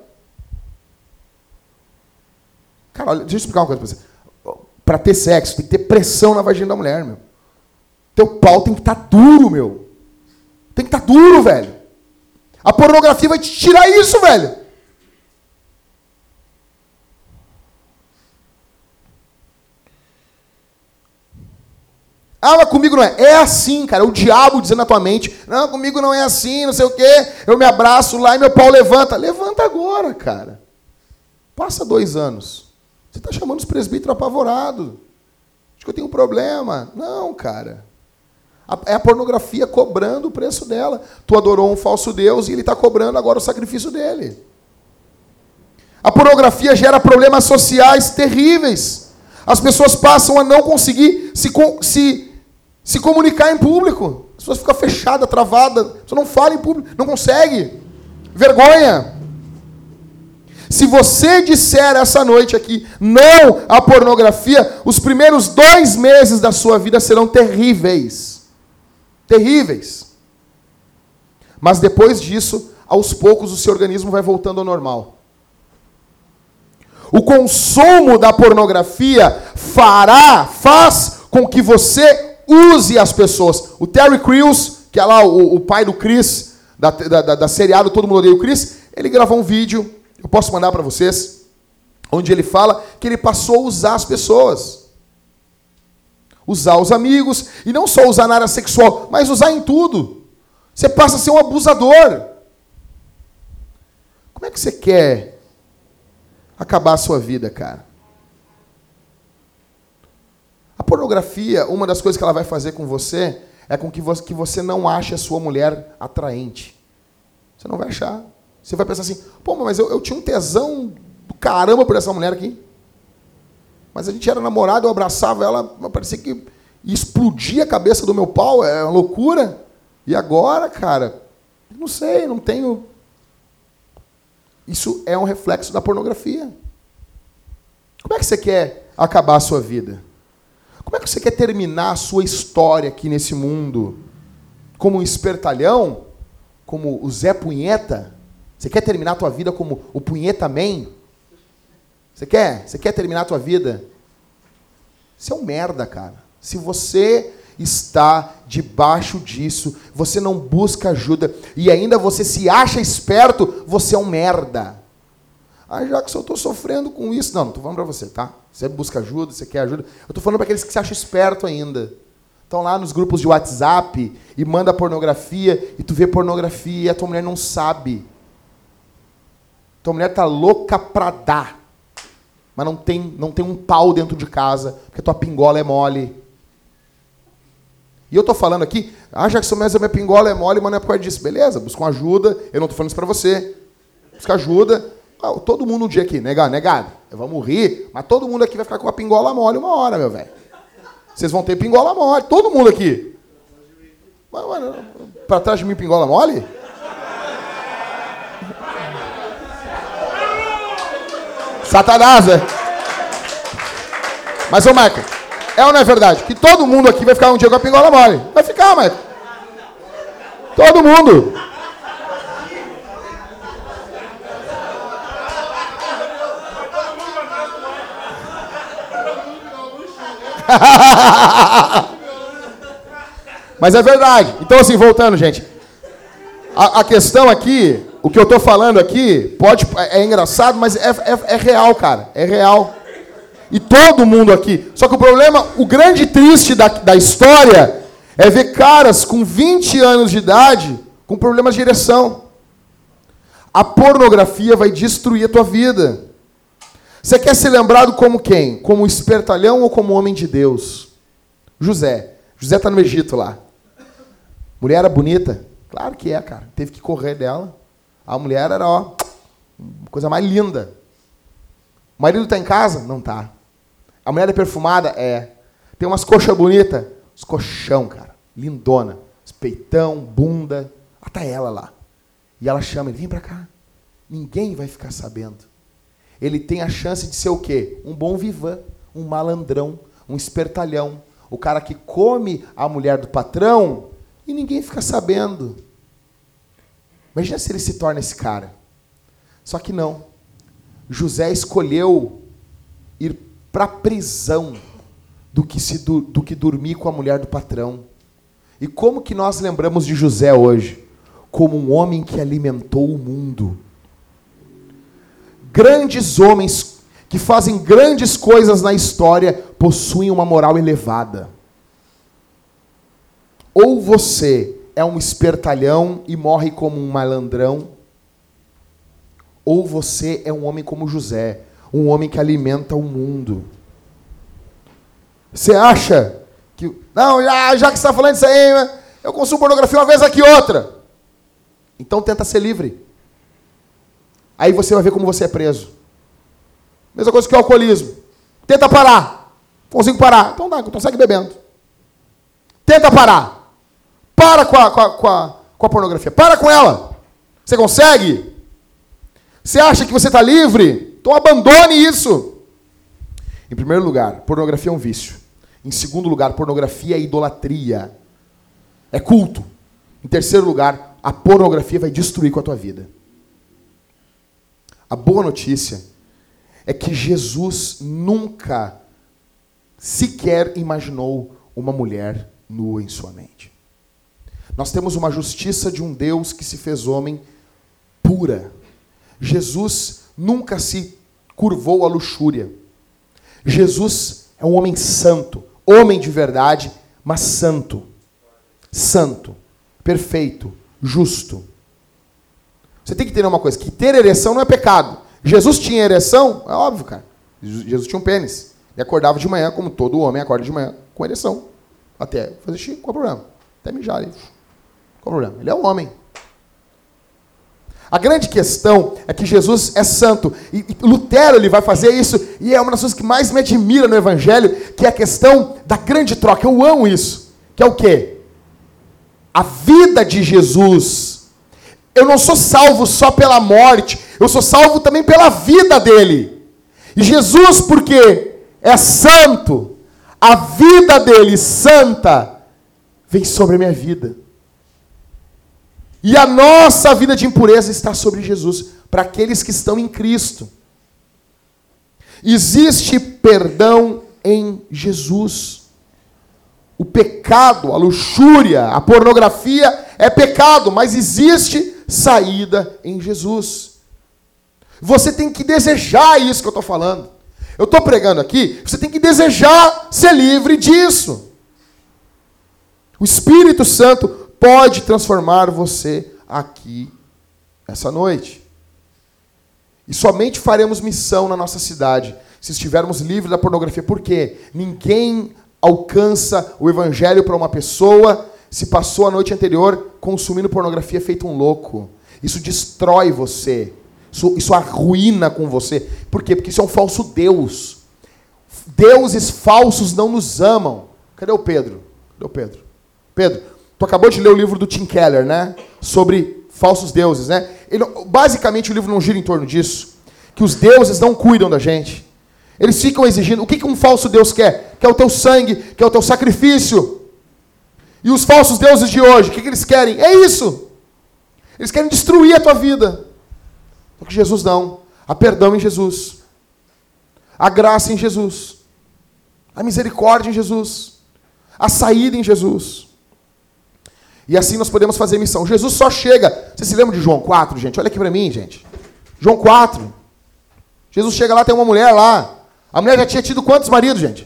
Cara, olha, deixa eu explicar uma coisa pra você. Pra ter sexo, tem que ter pressão na vagina da mulher, meu. Teu pau tem que estar duro, meu. Tem que estar duro, velho. A pornografia vai te tirar isso, velho. Ah, mas comigo não é. É assim, cara. É o diabo dizendo na tua mente, não, comigo não é assim, não sei o quê. Eu me abraço lá e meu pau levanta. Levanta agora, cara. Passa 2 anos. Você está chamando os presbíteros apavorados. Acho que eu tenho um problema. Não, cara. É a pornografia cobrando o preço dela. Tu adorou um falso Deus e ele está cobrando agora o sacrifício dele. A pornografia gera problemas sociais terríveis. As pessoas passam a não conseguir se comunicar em público. As pessoas ficam fechadas, travadas. A pessoa não fala em público, não consegue. Vergonha. Se você disser essa noite aqui, não à pornografia, os primeiros 2 meses da sua vida serão terríveis. Terríveis. Mas depois disso, aos poucos, o seu organismo vai voltando ao normal. O consumo da pornografia faz com que você use as pessoas. O Terry Crews, que é lá o pai do Chris, da seriado Todo Mundo Odeia o Chris, ele gravou um vídeo, eu posso mandar para vocês, onde ele fala que ele passou a usar as pessoas. Usar os amigos, e não só usar na área sexual, mas usar em tudo. Você passa a ser um abusador. Como é que você quer acabar a sua vida, cara? A pornografia, uma das coisas que ela vai fazer com você, é com que você não ache a sua mulher atraente. Você não vai achar. Você vai pensar assim, pô, mas eu tinha um tesão do caramba por essa mulher aqui. Mas a gente era namorado, eu abraçava ela, parecia que explodia a cabeça do meu pau, é uma loucura. E agora, cara, não sei, não tenho... Isso é um reflexo da pornografia. Como é que você quer acabar a sua vida? Como é que você quer terminar a sua história aqui nesse mundo? Como um espertalhão? Como o Zé Punheta? Você quer terminar a tua vida como o Punheta Man? Você quer? Você quer terminar a tua vida? Você é um merda, cara. Se você está debaixo disso, você não busca ajuda e ainda você se acha esperto, você é um merda. Ah, Jackson, eu estou sofrendo com isso. Não estou falando para você, tá? Você busca ajuda, você quer ajuda. Eu estou falando para aqueles que se acham esperto ainda. Estão lá nos grupos de WhatsApp e manda pornografia e tu vê pornografia e a tua mulher não sabe. Tua mulher tá louca pra dar, mas não tem um pau dentro de casa, porque tua pingola é mole. E eu tô falando aqui, Jackson, mas a minha pingola é mole, mas não é por causa disso. Beleza, busca uma ajuda, eu não tô falando isso pra você. Busca ajuda. Todo mundo um dia aqui, negado, vamos rir, mas todo mundo aqui vai ficar com a pingola mole uma hora, meu velho. Vocês vão ter pingola mole, todo mundo aqui. Mas, pra trás de mim pingola mole? Satanás, né? Mas, ô Michael, é ou não é verdade? Que todo mundo aqui vai ficar um dia com a pingola mole. Vai ficar, Michael. Todo mundo. Mas é verdade. Então, assim, voltando, gente. A questão aqui, o que eu estou falando aqui, é engraçado, mas é real, cara. É real. E todo mundo aqui. Só que o problema, o grande triste da história é ver caras com 20 anos de idade com problemas de ereção. A pornografia vai destruir a tua vida. Você quer ser lembrado como quem? Como espertalhão ou como homem de Deus? José. José está no Egito lá. Mulher era bonita? Claro que é, cara. Teve que correr dela. A mulher era, ó, coisa mais linda. O marido está em casa? Não tá. A mulher é perfumada? É. Tem umas coxas bonitas? Os colchão, cara. Lindona. Os peitão, bunda. Até ela lá. E ela chama ele, vem pra cá. Ninguém vai ficar sabendo. Ele tem a chance de ser o quê? Um bom vivan, um malandrão, um espertalhão. O cara que come a mulher do patrão e ninguém fica sabendo. Imagina se ele se torna esse cara. Só que não. José escolheu ir para a prisão do que dormir com a mulher do patrão. E como que nós lembramos de José hoje? Como um homem que alimentou o mundo. Grandes homens que fazem grandes coisas na história possuem uma moral elevada. Ou você é um espertalhão e morre como um malandrão, ou você é um homem como José, um homem que alimenta o mundo. Você acha que... Não, já que você está falando isso aí, eu consumo pornografia uma vez aqui outra. Então tenta ser livre. Aí você vai ver como você é preso. Mesma coisa que o alcoolismo. Tenta parar. Consigo parar. Então dá, então segue bebendo. Tenta parar. Para com a pornografia. Para com ela. Você consegue? Você acha que você está livre? Então abandone isso. Em primeiro lugar, pornografia é um vício. Em segundo lugar, pornografia é idolatria. É culto. Em terceiro lugar, a pornografia vai destruir com a tua vida. A boa notícia é que Jesus nunca sequer imaginou uma mulher nua em sua mente. Nós temos uma justiça de um Deus que se fez homem pura. Jesus nunca se curvou à luxúria. Jesus é um homem santo, homem de verdade, mas santo. Santo, perfeito, justo. Você tem que entender uma coisa, que ter ereção não é pecado. Jesus tinha ereção? É óbvio, cara. Jesus tinha um pênis. Ele acordava de manhã, como todo homem acorda de manhã, com ereção. Até fazer xixi, qual o problema? Até mijar ali. Qual o problema? Ele é um homem. A grande questão é que Jesus é santo. E Lutero ele vai fazer isso. E é uma das coisas que mais me admira no Evangelho, que é a questão da grande troca. Eu amo isso. Que é o quê? A vida de Jesus. Eu não sou salvo só pela morte. Eu sou salvo também pela vida dele. E Jesus, porque é santo, a vida dele santa vem sobre a minha vida. E a nossa vida de impureza está sobre Jesus, para aqueles que estão em Cristo. Existe perdão em Jesus. O pecado, a luxúria, a pornografia é pecado, mas existe saída em Jesus. Você tem que desejar isso que eu estou falando. Eu estou pregando aqui, você tem que desejar ser livre disso. O Espírito Santo pode transformar você aqui, essa noite. E somente faremos missão na nossa cidade se estivermos livres da pornografia. Por quê? Ninguém alcança o Evangelho para uma pessoa se passou a noite anterior consumindo pornografia feito um louco. Isso destrói você. Isso arruína com você. Por quê? Porque isso é um falso Deus. Deuses falsos não nos amam. Cadê o Pedro? Cadê o Pedro? Pedro, tu acabou de ler o livro do Tim Keller, né? Sobre falsos deuses, né? Basicamente o livro não gira em torno disso. Que os deuses não cuidam da gente. Eles ficam exigindo. O que um falso Deus quer? Quer o teu sangue, quer o teu sacrifício. E os falsos deuses de hoje, o que eles querem? É isso. Eles querem destruir a tua vida. Só que Jesus não. Há perdão em Jesus. A graça em Jesus. A misericórdia em Jesus. A saída em Jesus. E assim nós podemos fazer missão. Jesus só chega... Você se lembra de João 4, gente? Olha aqui para mim, gente. João 4. Jesus chega lá, tem uma mulher lá. A mulher já tinha tido quantos maridos, gente?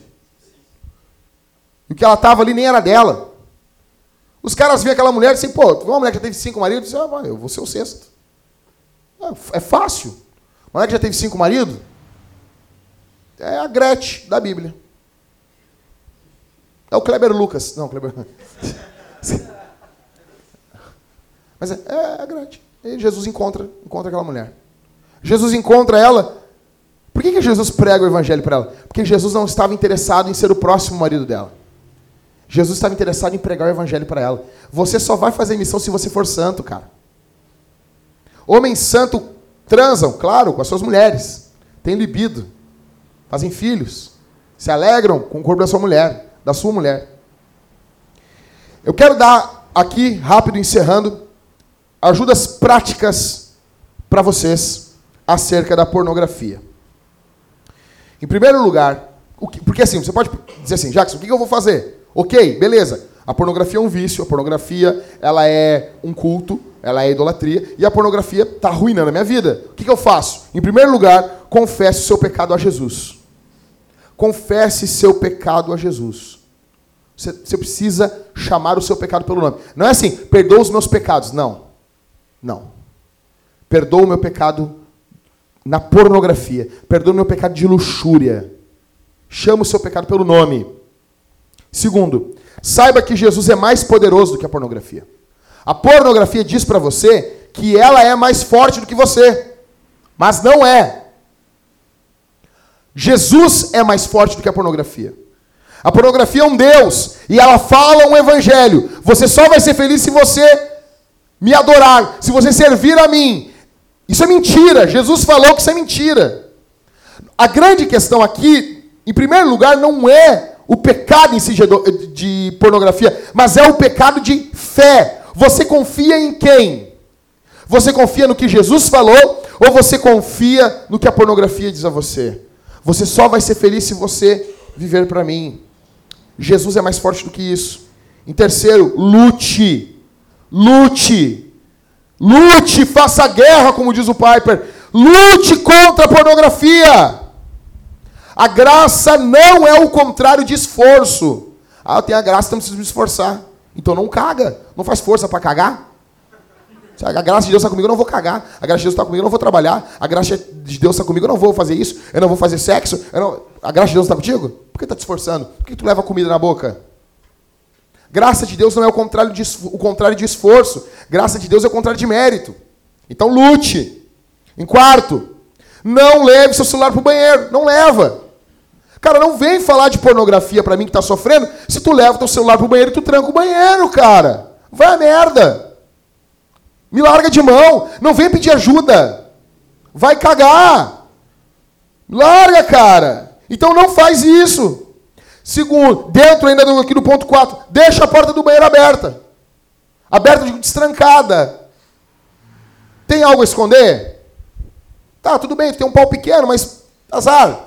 E o que ela estava ali nem era dela. Os caras veem aquela mulher e dizem, pô, uma mulher que já teve 5 maridos, eu vou ser o 6º. É fácil. Uma mulher que já teve 5 maridos é a Gretchen da Bíblia. É o Kleber Lucas. Não, Kleber... Mas é a Gretchen. E Jesus encontra aquela mulher. Jesus encontra ela. Por que Jesus prega o evangelho para ela? Porque Jesus não estava interessado em ser o próximo marido dela. Jesus estava interessado em pregar o evangelho para ela. Você só vai fazer missão se você for santo, cara. Homens santos transam, claro, com as suas mulheres. Têm libido. Fazem filhos. Se alegram com o corpo da sua mulher. Eu quero dar aqui, rápido, encerrando, ajudas práticas para vocês acerca da pornografia. Em primeiro lugar, porque assim, você pode dizer assim, Jackson, o que eu vou fazer? Ok, beleza. A pornografia é um vício, a pornografia ela é um culto, ela é idolatria, e a pornografia está arruinando a minha vida. O que eu faço? Em primeiro lugar, confesse o seu pecado a Jesus. Confesse seu pecado a Jesus. Você precisa chamar o seu pecado pelo nome. Não é assim, perdoa os meus pecados. Não. Perdoa o meu pecado na pornografia. Perdoa o meu pecado de luxúria. Chama o seu pecado pelo nome. Segundo, saiba que Jesus é mais poderoso do que a pornografia. A pornografia diz para você que ela é mais forte do que você. Mas não é. Jesus é mais forte do que a pornografia. A pornografia é um Deus. E ela fala um evangelho. Você só vai ser feliz se você me adorar. Se você servir a mim. Isso é mentira. Jesus falou que isso é mentira. A grande questão aqui, em primeiro lugar, não é o pecado em si de pornografia, mas é o pecado de fé. Você confia em quem? Você confia no que Jesus falou ou você confia no que a pornografia diz a você? Você só vai ser feliz se você viver para mim. Jesus é mais forte do que isso. Em terceiro, lute. Lute. Lute, faça guerra, como diz o Piper. Lute contra a pornografia. A graça não é o contrário de esforço. Eu tenho a graça, então preciso me esforçar. Então não caga. Não faz força para cagar. A graça de Deus está comigo, eu não vou cagar. A graça de Deus está comigo, eu não vou trabalhar. A graça de Deus está comigo, eu não vou fazer isso. Eu não vou fazer sexo. A graça de Deus está contigo? Por que está te esforçando? Por que tu leva comida na boca? Graça de Deus não é o contrário de esforço. Graça de Deus é o contrário de mérito. Então lute. Em quarto, não leve seu celular pro banheiro. Não leva. Cara, não vem falar de pornografia pra mim que tá sofrendo se tu leva teu celular pro banheiro e tu tranca o banheiro, cara. Vai a merda. Me larga de mão. Não vem pedir ajuda. Vai cagar. Larga, cara. Então não faz isso. Segundo, dentro ainda aqui do ponto 4, deixa a porta do banheiro aberta. Aberta, destrancada. Tem algo a esconder? Tá, tudo bem, tu tem um pau pequeno, mas azar.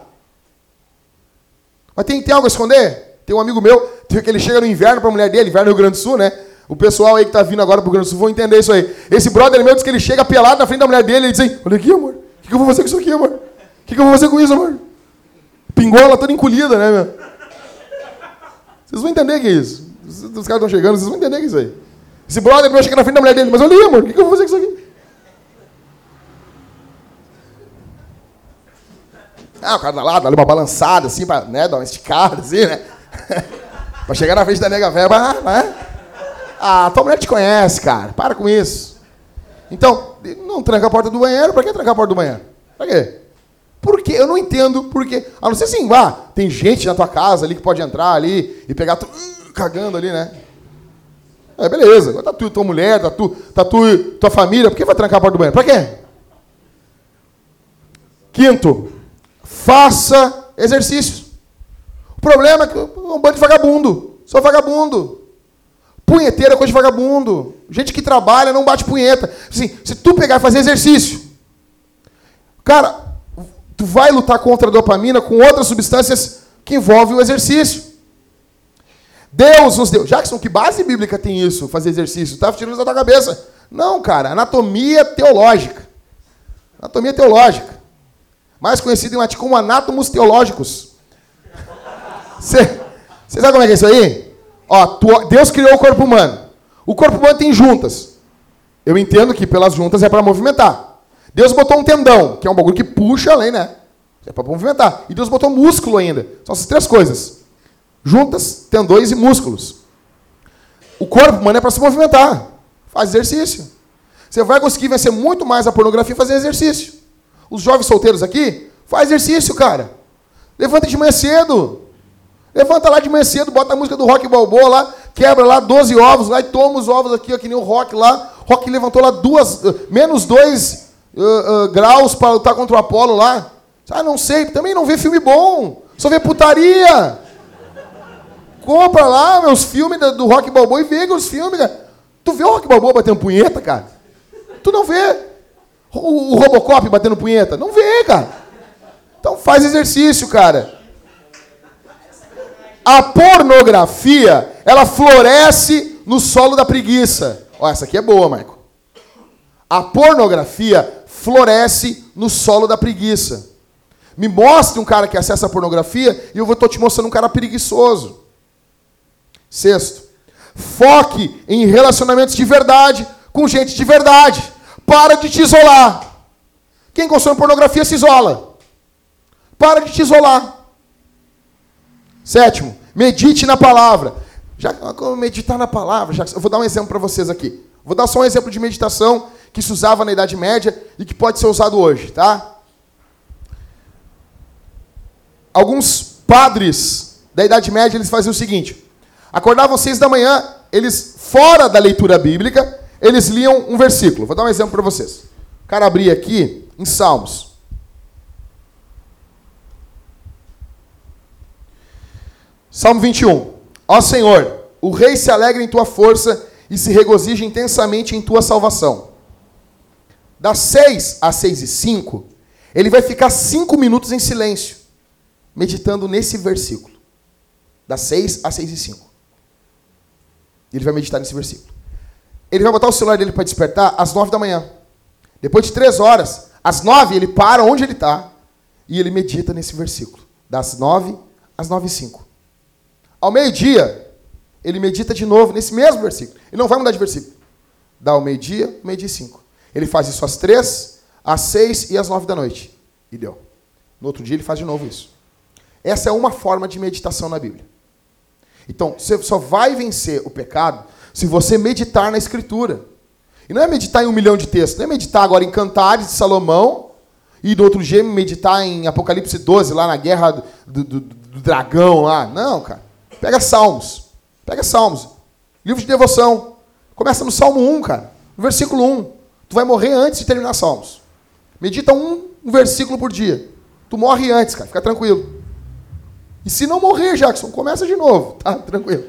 Mas tem algo a esconder? Tem um amigo meu, que ele chega no inverno pra mulher dele, inverno no Rio Grande do Sul, né? O pessoal aí que tá vindo agora pro Rio Grande do Sul vão entender isso aí. Esse brother meu diz que ele chega pelado na frente da mulher dele e diz assim, olha aqui, amor, o que eu vou fazer com isso aqui, amor? O que eu vou fazer com isso, amor? Pingola toda encolhida, né, meu? Vocês vão entender que é isso. Os caras estão chegando, vocês vão entender que é isso aí. Esse brother meu chega na frente da mulher dele, mas olha aí, amor, o que eu vou fazer com isso aqui? Ah, o cara dá lá, dá uma balançada, assim, pra, né, dar uma esticada, assim, né? Pra chegar na frente da nega velha, tua mulher te conhece, cara, para com isso. Então, não tranca a porta do banheiro, pra que trancar a porta do banheiro? Pra quê? Por quê? Eu não entendo por quê. A não ser assim, tem gente na tua casa ali que pode entrar ali e pegar cagando ali, né? Beleza, agora tá tu, tua mulher, tá tu, tua família, por que vai trancar a porta do banheiro? Pra quê? Quinto, faça exercícios. O problema é que um bando de vagabundo. Só vagabundo. Punheteira é coisa de vagabundo. Gente que trabalha não bate punheta. Assim, se tu pegar e fazer exercício, cara, tu vai lutar contra a dopamina com outras substâncias que envolvem o exercício. Deus nos deu. Jackson, que base bíblica tem isso, fazer exercício? Tá tirando isso da tua cabeça. Não, cara, anatomia teológica. Anatomia teológica. Mais conhecido em latim como anátomos teológicos. Você sabe como é que é isso aí? Deus criou o corpo humano. O corpo humano tem juntas. Eu entendo que pelas juntas é para movimentar. Deus botou um tendão, que é um bagulho que puxa além, né? É para movimentar. E Deus botou músculo ainda. São essas três coisas. Juntas, tendões e músculos. O corpo humano é para se movimentar. Faz exercício. Você vai conseguir vencer muito mais a pornografia fazendo exercício. Os jovens solteiros aqui, faz exercício, cara. Levanta de manhã cedo. Levanta lá de manhã cedo, bota a música do Rock Balboa lá, quebra lá 12 ovos lá e toma os ovos aqui, ó, que nem o Rock lá. Rock levantou lá menos 2 graus para lutar contra o Apolo lá. Não sei, também não vê filme bom. Só vê putaria. Compra lá meus filmes do Rock Balboa e vê os filmes, cara. Tu vê o Rock Balboa batendo punheta, cara? Tu não vê. O Robocop batendo punheta? Não vê, cara. Então faz exercício, cara. A pornografia, ela floresce no solo da preguiça. Essa aqui é boa, Michael. A pornografia floresce no solo da preguiça. Me mostre um cara que acessa a pornografia e eu estou te mostrando um cara preguiçoso. Sexto, foque em relacionamentos de verdade com gente de verdade. Para de te isolar. Quem consome pornografia se isola. Para de te isolar. Sétimo, medite na palavra. Meditar na palavra, eu vou dar um exemplo para vocês aqui. Vou dar só um exemplo de meditação que se usava na Idade Média e que pode ser usado hoje, tá? Alguns padres da Idade Média, eles faziam o seguinte. Acordavam às 6 da manhã, eles, fora da leitura bíblica, eles liam um versículo. Vou dar um exemplo para vocês. O cara abria aqui em Salmos. Salmo 21. Ó Senhor, o rei se alegra em tua força e se regozija intensamente em tua salvação. Das 6 às 6:05, ele vai ficar 5 minutos em silêncio, meditando nesse versículo. Das 6 às 6:05. Ele vai meditar nesse versículo. Ele vai botar o celular dele para despertar às 9 da manhã. Depois de 3 horas, às 9, ele para onde ele está e ele medita nesse versículo. Das 9 às 9:05. Ao meio-dia, ele medita de novo nesse mesmo versículo. Ele não vai mudar de versículo. Dá ao meio-dia, meio-dia e 5. Ele faz isso às 3, às 6 e às 9 da noite. E deu. No outro dia ele faz de novo isso. Essa é uma forma de meditação na Bíblia. Então, você só vai vencer o pecado se você meditar na Escritura. E não é meditar em 1 milhão de textos. Não é meditar agora em Cantares de Salomão e no outro dia meditar em Apocalipse 12, lá na guerra do dragão lá. Não, cara. Pega Salmos. Pega Salmos. Livro de devoção. Começa no Salmo 1, cara. No versículo 1. Tu vai morrer antes de terminar Salmos. Medita um versículo por dia. Tu morre antes, cara. Fica tranquilo. E se não morrer, Jackson, começa de novo. Tá? Tranquilo.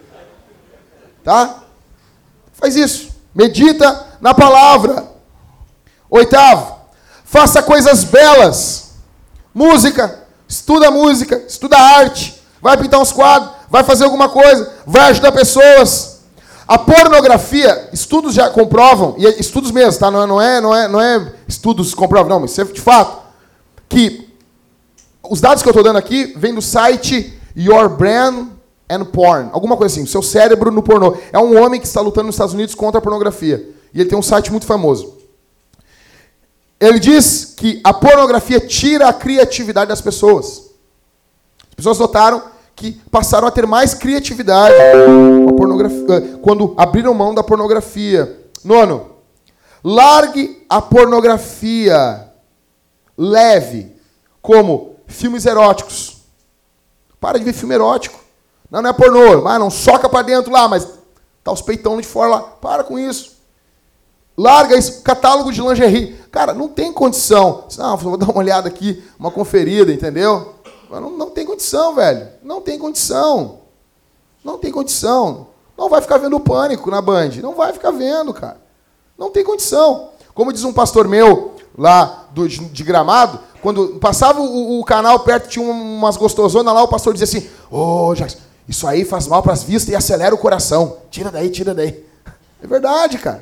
Tá? Faz isso. Medita na palavra. 8º. Faça coisas belas. Música. Estuda arte. Vai pintar uns quadros. Vai fazer alguma coisa. Vai ajudar pessoas. A pornografia, estudos já comprovam, e estudos mesmo, tá? Não é estudos comprovam, não, mas isso é de fato, que os dados que eu estou dando aqui vêm do site Your Brain and Porn, alguma coisa assim, seu cérebro no pornô. É um homem que está lutando nos Estados Unidos contra a pornografia, e ele tem um site muito famoso. Ele diz que a pornografia tira a criatividade das pessoas. As pessoas notaram que passaram a ter mais criatividade com a pornografia, quando abriram mão da pornografia. 9. Largue a pornografia leve, como filmes eróticos. Para de ver filme erótico. Não é pornô. Não soca para dentro lá, mas tá os peitão de fora lá. Para com isso. Larga isso. Catálogo de lingerie. Cara, não tem condição. Não, vou dar uma olhada aqui, uma conferida, entendeu? Não tem condição, velho. Não tem condição. Não tem condição. Não vai ficar vendo o Pânico na Band. Não vai ficar vendo, cara. Não tem condição. Como diz um pastor meu lá de Gramado, quando passava o canal perto, tinha umas gostosonas lá, o pastor dizia assim, Jackson, isso aí faz mal para as vistas e acelera o coração. Tira daí, tira daí. É verdade, cara.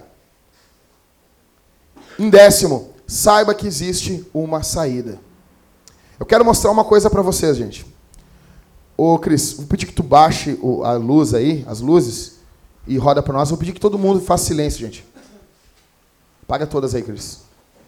Em 10º, saiba que existe uma saída. Eu quero mostrar uma coisa para vocês, gente. Ô, Cris, vou pedir que tu baixe a luz aí, as luzes, e roda para nós. Vou pedir que todo mundo faça silêncio, gente. Apaga todas aí, Cris.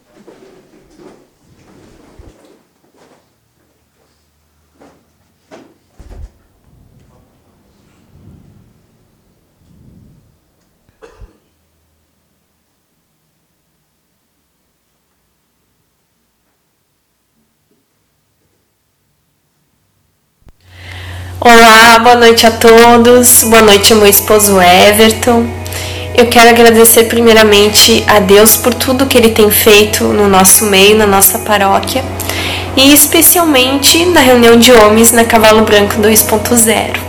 Olá, boa noite a todos, boa noite ao meu esposo Everton. Eu quero agradecer primeiramente a Deus por tudo que Ele tem feito no nosso meio, na nossa paróquia, e especialmente na reunião de homens na Cavalo Branco 2.0.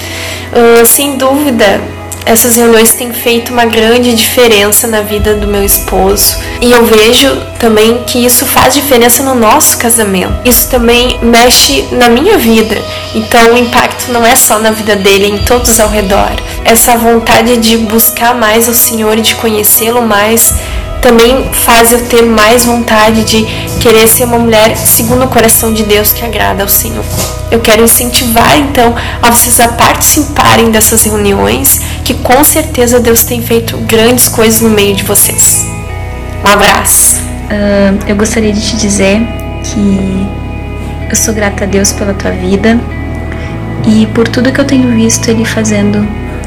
Sem dúvida, essas reuniões têm feito uma grande diferença na vida do meu esposo, e eu vejo também que isso faz diferença no nosso casamento. Isso também mexe na minha vida, então o impacto não é só na vida dele, em todos ao redor. Essa vontade de buscar mais o Senhor e de conhecê-lo mais também faz eu ter mais vontade de querer ser uma mulher segundo o coração de Deus, que agrada ao Senhor. Eu quero incentivar, então, a vocês a participarem dessas reuniões, que com certeza Deus tem feito grandes coisas no meio de vocês. Um abraço. Eu gostaria de te dizer que eu sou grata a Deus pela tua vida e por tudo que eu tenho visto Ele fazendo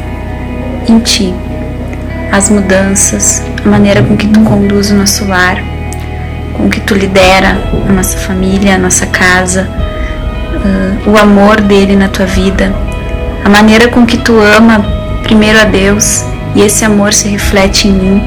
em ti. As mudanças, a maneira com que tu conduz o nosso lar, com que tu lidera a nossa família, a nossa casa, o amor dele na tua vida, a maneira com que tu ama primeiro a Deus e esse amor se reflete em mim.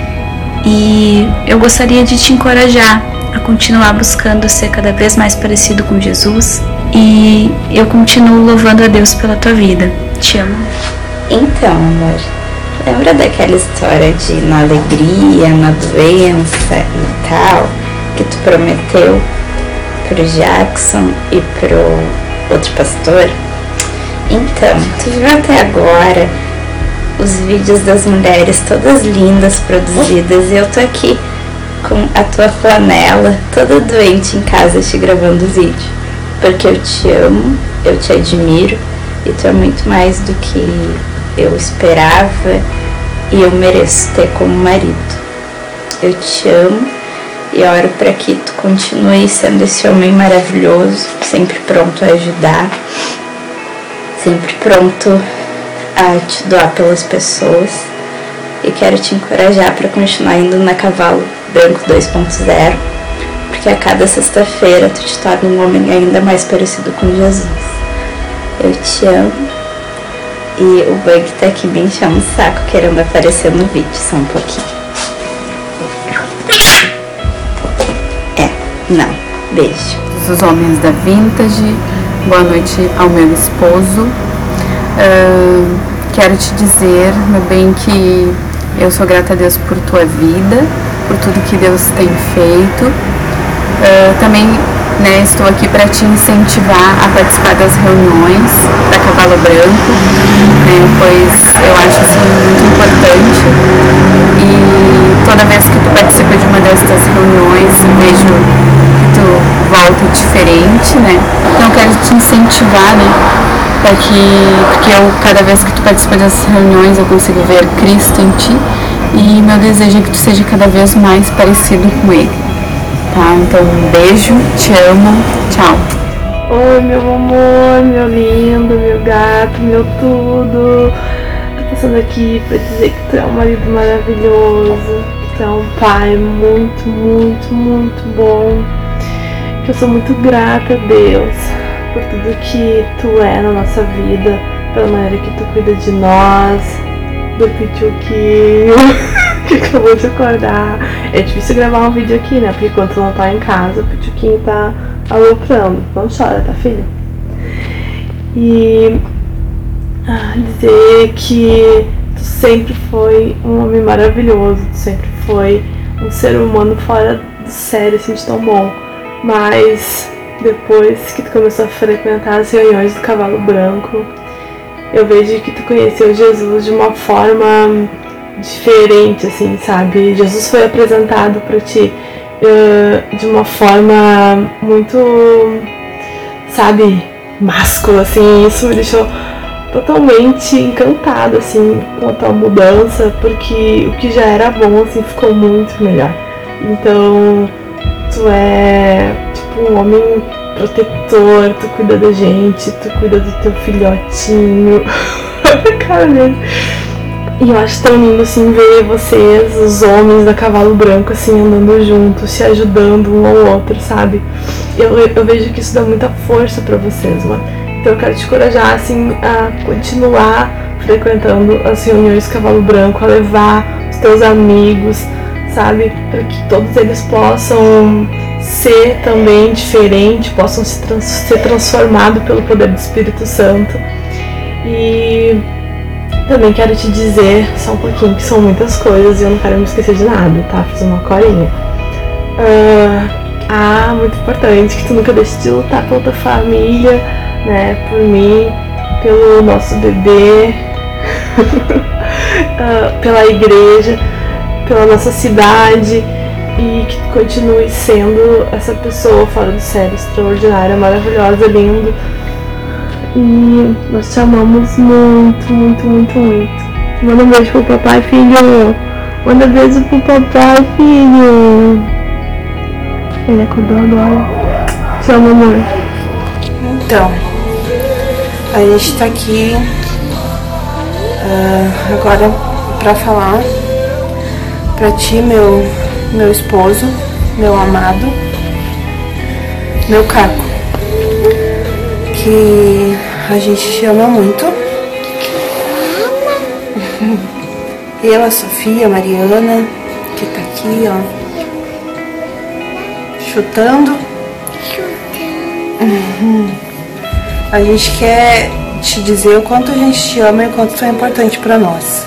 E eu gostaria de te encorajar a continuar buscando ser cada vez mais parecido com Jesus, e eu continuo louvando a Deus pela tua vida. Te amo. Então, amor, lembra daquela história de na alegria, na doença e tal, que tu prometeu pro Jackson e pro outro pastor? Então, tu viu até agora os vídeos das mulheres todas lindas produzidas, e eu tô aqui com a tua flanela toda doente em casa te gravando os vídeos, porque eu te amo, eu te admiro e tu é muito mais do que eu esperava e eu mereço ter como marido. Eu te amo e oro para que tu continue sendo esse homem maravilhoso, sempre pronto a ajudar, sempre pronto a te doar pelas pessoas, e quero te encorajar para continuar indo na Cavalo Branco 2.0, porque a cada sexta-feira tu te torna um homem ainda mais parecido com Jesus. Eu te amo. E o Bug tá aqui me enchendo o saco, querendo aparecer no vídeo, só um pouquinho. Não, beijo. Os homens da Vintage, boa noite ao meu esposo. Quero te dizer, meu bem, que eu sou grata a Deus por tua vida, por tudo que Deus tem feito. Também, né, estou aqui para te incentivar a participar das reuniões da Cavalo Branco, né, pois eu acho isso muito importante. E toda vez que tu participa de uma destas reuniões, vejo que tu volta diferente, né? Então eu quero te incentivar, né? Porque cada vez que tu participa dessas reuniões eu consigo ver Cristo em ti, e meu desejo é que tu seja cada vez mais parecido com Ele, tá? Então um beijo, te amo, tchau. Oi, meu amor, meu lindo, meu gato, meu tudo. Tô passando aqui pra dizer que tu é um marido maravilhoso, que tu é um pai muito, muito, muito bom. Que eu sou muito grata a Deus por tudo que tu é na nossa vida, pela maneira que tu cuida de nós, do Pichuquinho, que acabou de acordar. É difícil gravar um vídeo aqui, né? Porque quando tu não tá em casa, o Pichuquinho tá aloprando. Não chora, tá, filha? E dizer que tu sempre foi um homem maravilhoso, tu sempre foi um ser humano fora do sério, assim, de tão bom. Mas depois que tu começou a frequentar as reuniões do Cavalo Branco, eu vejo que tu conheceu Jesus de uma forma diferente, assim, sabe? Jesus foi apresentado pra ti de uma forma muito, sabe, máscula, assim. Isso me deixou totalmente encantada, assim, com a tua mudança, porque o que já era bom, assim, ficou muito melhor. Então, tu é tipo um homem protetor, tu cuida da gente, tu cuida do teu filhotinho. Cara dele. E eu acho tão lindo, assim, ver vocês, os homens da Cavalo Branco, assim, andando juntos, se ajudando um ao outro, sabe? Eu vejo que isso dá muita força pra vocês, mano. Então eu quero te encorajar, assim, a continuar frequentando as reuniões do Cavalo Branco, a levar os teus amigos, sabe? Para que todos eles possam ser também diferentes, possam ser transformados pelo poder do Espírito Santo. E também quero te dizer, só um pouquinho, que são muitas coisas e eu não quero me esquecer de nada, tá? Fiz uma corinha. Muito importante que tu nunca deixe de lutar pela tua família, né? Por mim, pelo nosso bebê, pela igreja, pela nossa cidade, e que tu continue sendo essa pessoa fora do sério, extraordinária, maravilhosa, linda. E nós te amamos muito, muito, muito, muito. Manda um beijo pro papai, filho. Manda beijo pro papai, filho. Ele acordou agora. Te amo, amor. Então, a gente tá aqui agora pra falar pra ti, meu esposo, meu amado, meu Caco, que a gente te ama muito. Eu, a Sofia, a Mariana, que tá aqui, ó, chutando. A gente quer te dizer o quanto a gente te ama e o quanto tu é importante pra nós.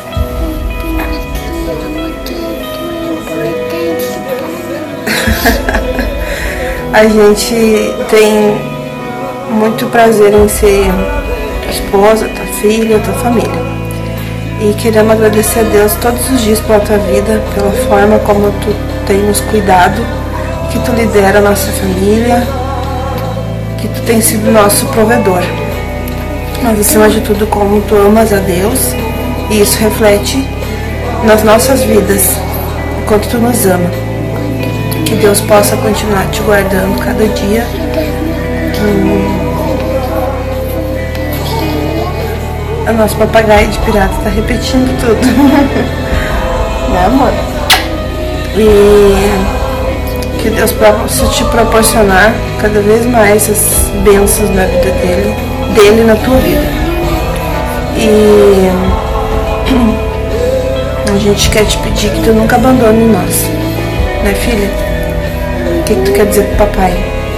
A gente tem muito prazer em ser tua esposa, tua filha, tua família. E queremos agradecer a Deus todos os dias pela tua vida, pela forma como tu tem nos cuidado, que tu lidera a nossa família, que tu tem sido nosso provedor. Mas acima de tudo, como tu amas a Deus, e isso reflete nas nossas vidas, o quanto tu nos ama. Que Deus possa continuar te guardando cada dia. O nosso papagaio de pirata está repetindo tudo. né, amor? E que Deus possa te proporcionar cada vez mais essas bênçãos na vida dele na tua vida. E a gente quer te pedir que tu nunca abandone nós, né, filha? O que tu quer dizer pro papai?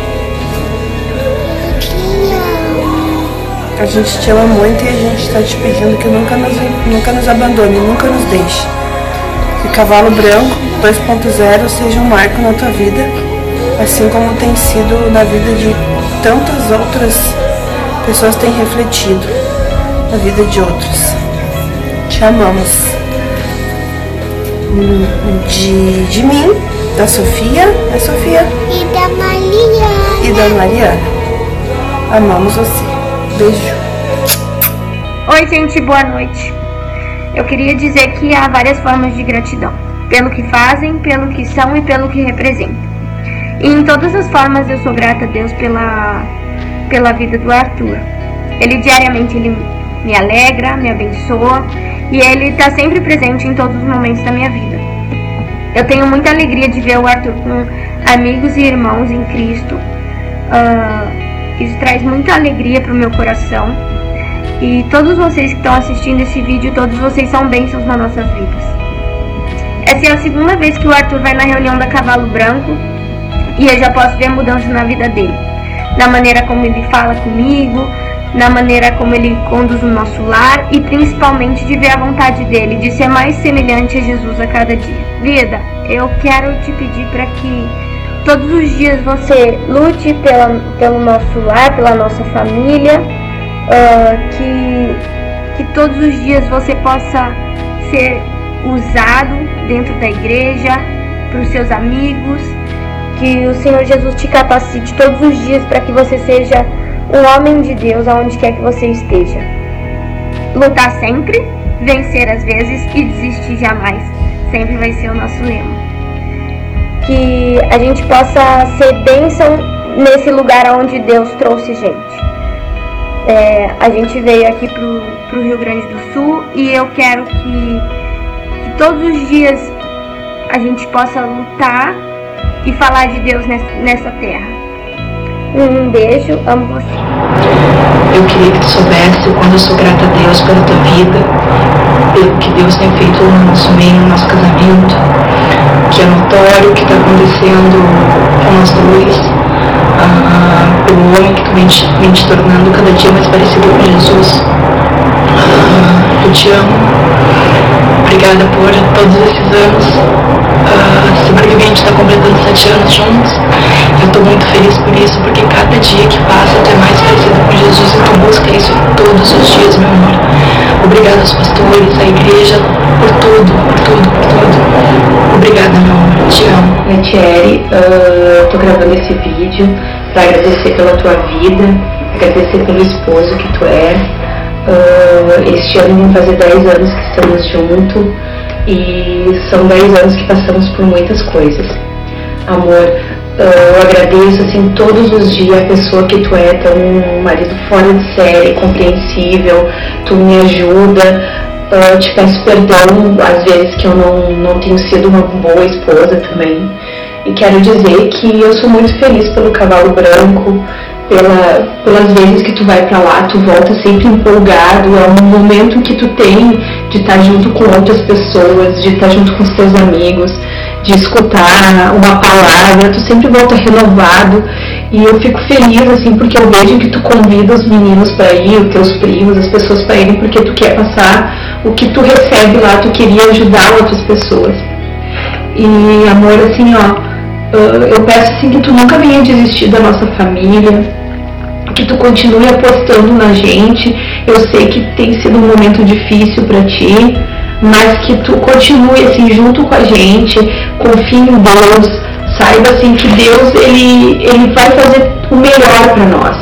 A gente te ama muito e a gente tá te pedindo que nunca nos abandone, nunca nos deixe. Que Cavalo Branco 2.0 seja um marco na tua vida, assim como tem sido na vida de tantas outras pessoas que têm refletido na vida de outros. Te amamos. De mim, da Sofia, E da Maria. E da Mariana. Amamos você. Beijo. Oi, gente, boa noite. Eu queria dizer que há várias formas de gratidão. Pelo que fazem, pelo que são e pelo que representam. E em todas as formas eu sou grata a Deus pela vida do Arthur. Ele diariamente me alegra, me abençoa e ele está sempre presente em todos os momentos da minha vida. Eu tenho muita alegria de ver o Arthur com amigos e irmãos em Cristo. Isso traz muita alegria para o meu coração. E todos vocês que estão assistindo esse vídeo, todos vocês são bênçãos nas nossas vidas. Essa é a segunda vez que o Arthur vai na reunião da Cavalo Branco e eu já posso ver mudança na vida dele. Na maneira como ele fala comigo, na maneira como ele conduz o nosso lar e principalmente de ver a vontade dele, de ser mais semelhante a Jesus a cada dia. Vida, eu quero te pedir para que todos os dias você lute pelo nosso lar, pela nossa família, que todos os dias você possa ser usado dentro da igreja, para os seus amigos, que o Senhor Jesus te capacite todos os dias para que você seja um homem de Deus aonde quer que você esteja. Lutar sempre, vencer às vezes e desistir jamais, sempre vai ser o nosso lema. Que a gente possa ser bênção nesse lugar onde Deus trouxe gente. A gente veio aqui pro Rio Grande do Sul e eu quero que todos os dias a gente possa lutar e falar de Deus nessa terra. Um beijo, amo você. Eu queria que tu soubesse o quanto eu sou grata a Deus pela tua vida, pelo que Deus tem feito no nosso meio, no nosso casamento, que é notório o que está acontecendo com nós dois, pelo homem que tu vem te tornando cada dia mais parecido com Jesus. Eu te amo. Obrigada por todos esses anos. Semana que vem a gente está completando 7 anos juntos. Eu estou muito feliz por isso, porque cada dia que passa tu é mais parecido com Jesus e tu busca isso todos os dias, meu amor. Obrigada aos pastores, à igreja, por tudo. Obrigada, meu amor. Te amo. Thierry, estou gravando esse vídeo para agradecer pela tua vida, agradecer pelo esposo que tu é. Este ano vão fazer 10 anos que estamos juntos e são 10 anos que passamos por muitas coisas. Amor, eu agradeço assim todos os dias a pessoa que tu é, tu é um marido fora de série, compreensível, tu me ajuda, te peço perdão às vezes que eu não tenho sido uma boa esposa também. E quero dizer que eu sou muito feliz pelo Cavalo Branco, pelas vezes que tu vai pra lá, tu volta sempre empolgado, é um momento que tu tem de estar junto com outras pessoas, de estar junto com os teus amigos, de escutar uma palavra, tu sempre volta renovado e eu fico feliz assim porque eu vejo que tu convida os meninos para ir, os teus primos, as pessoas para irem porque tu quer passar o que tu recebe lá, tu queria ajudar outras pessoas. E amor, assim eu peço assim que tu nunca venha desistir da nossa família, que tu continue apostando na gente. Eu sei que tem sido um momento difícil para ti, mas que tu continue assim junto com a gente, confie em Deus, saiba assim que Deus ele vai fazer o melhor para nós.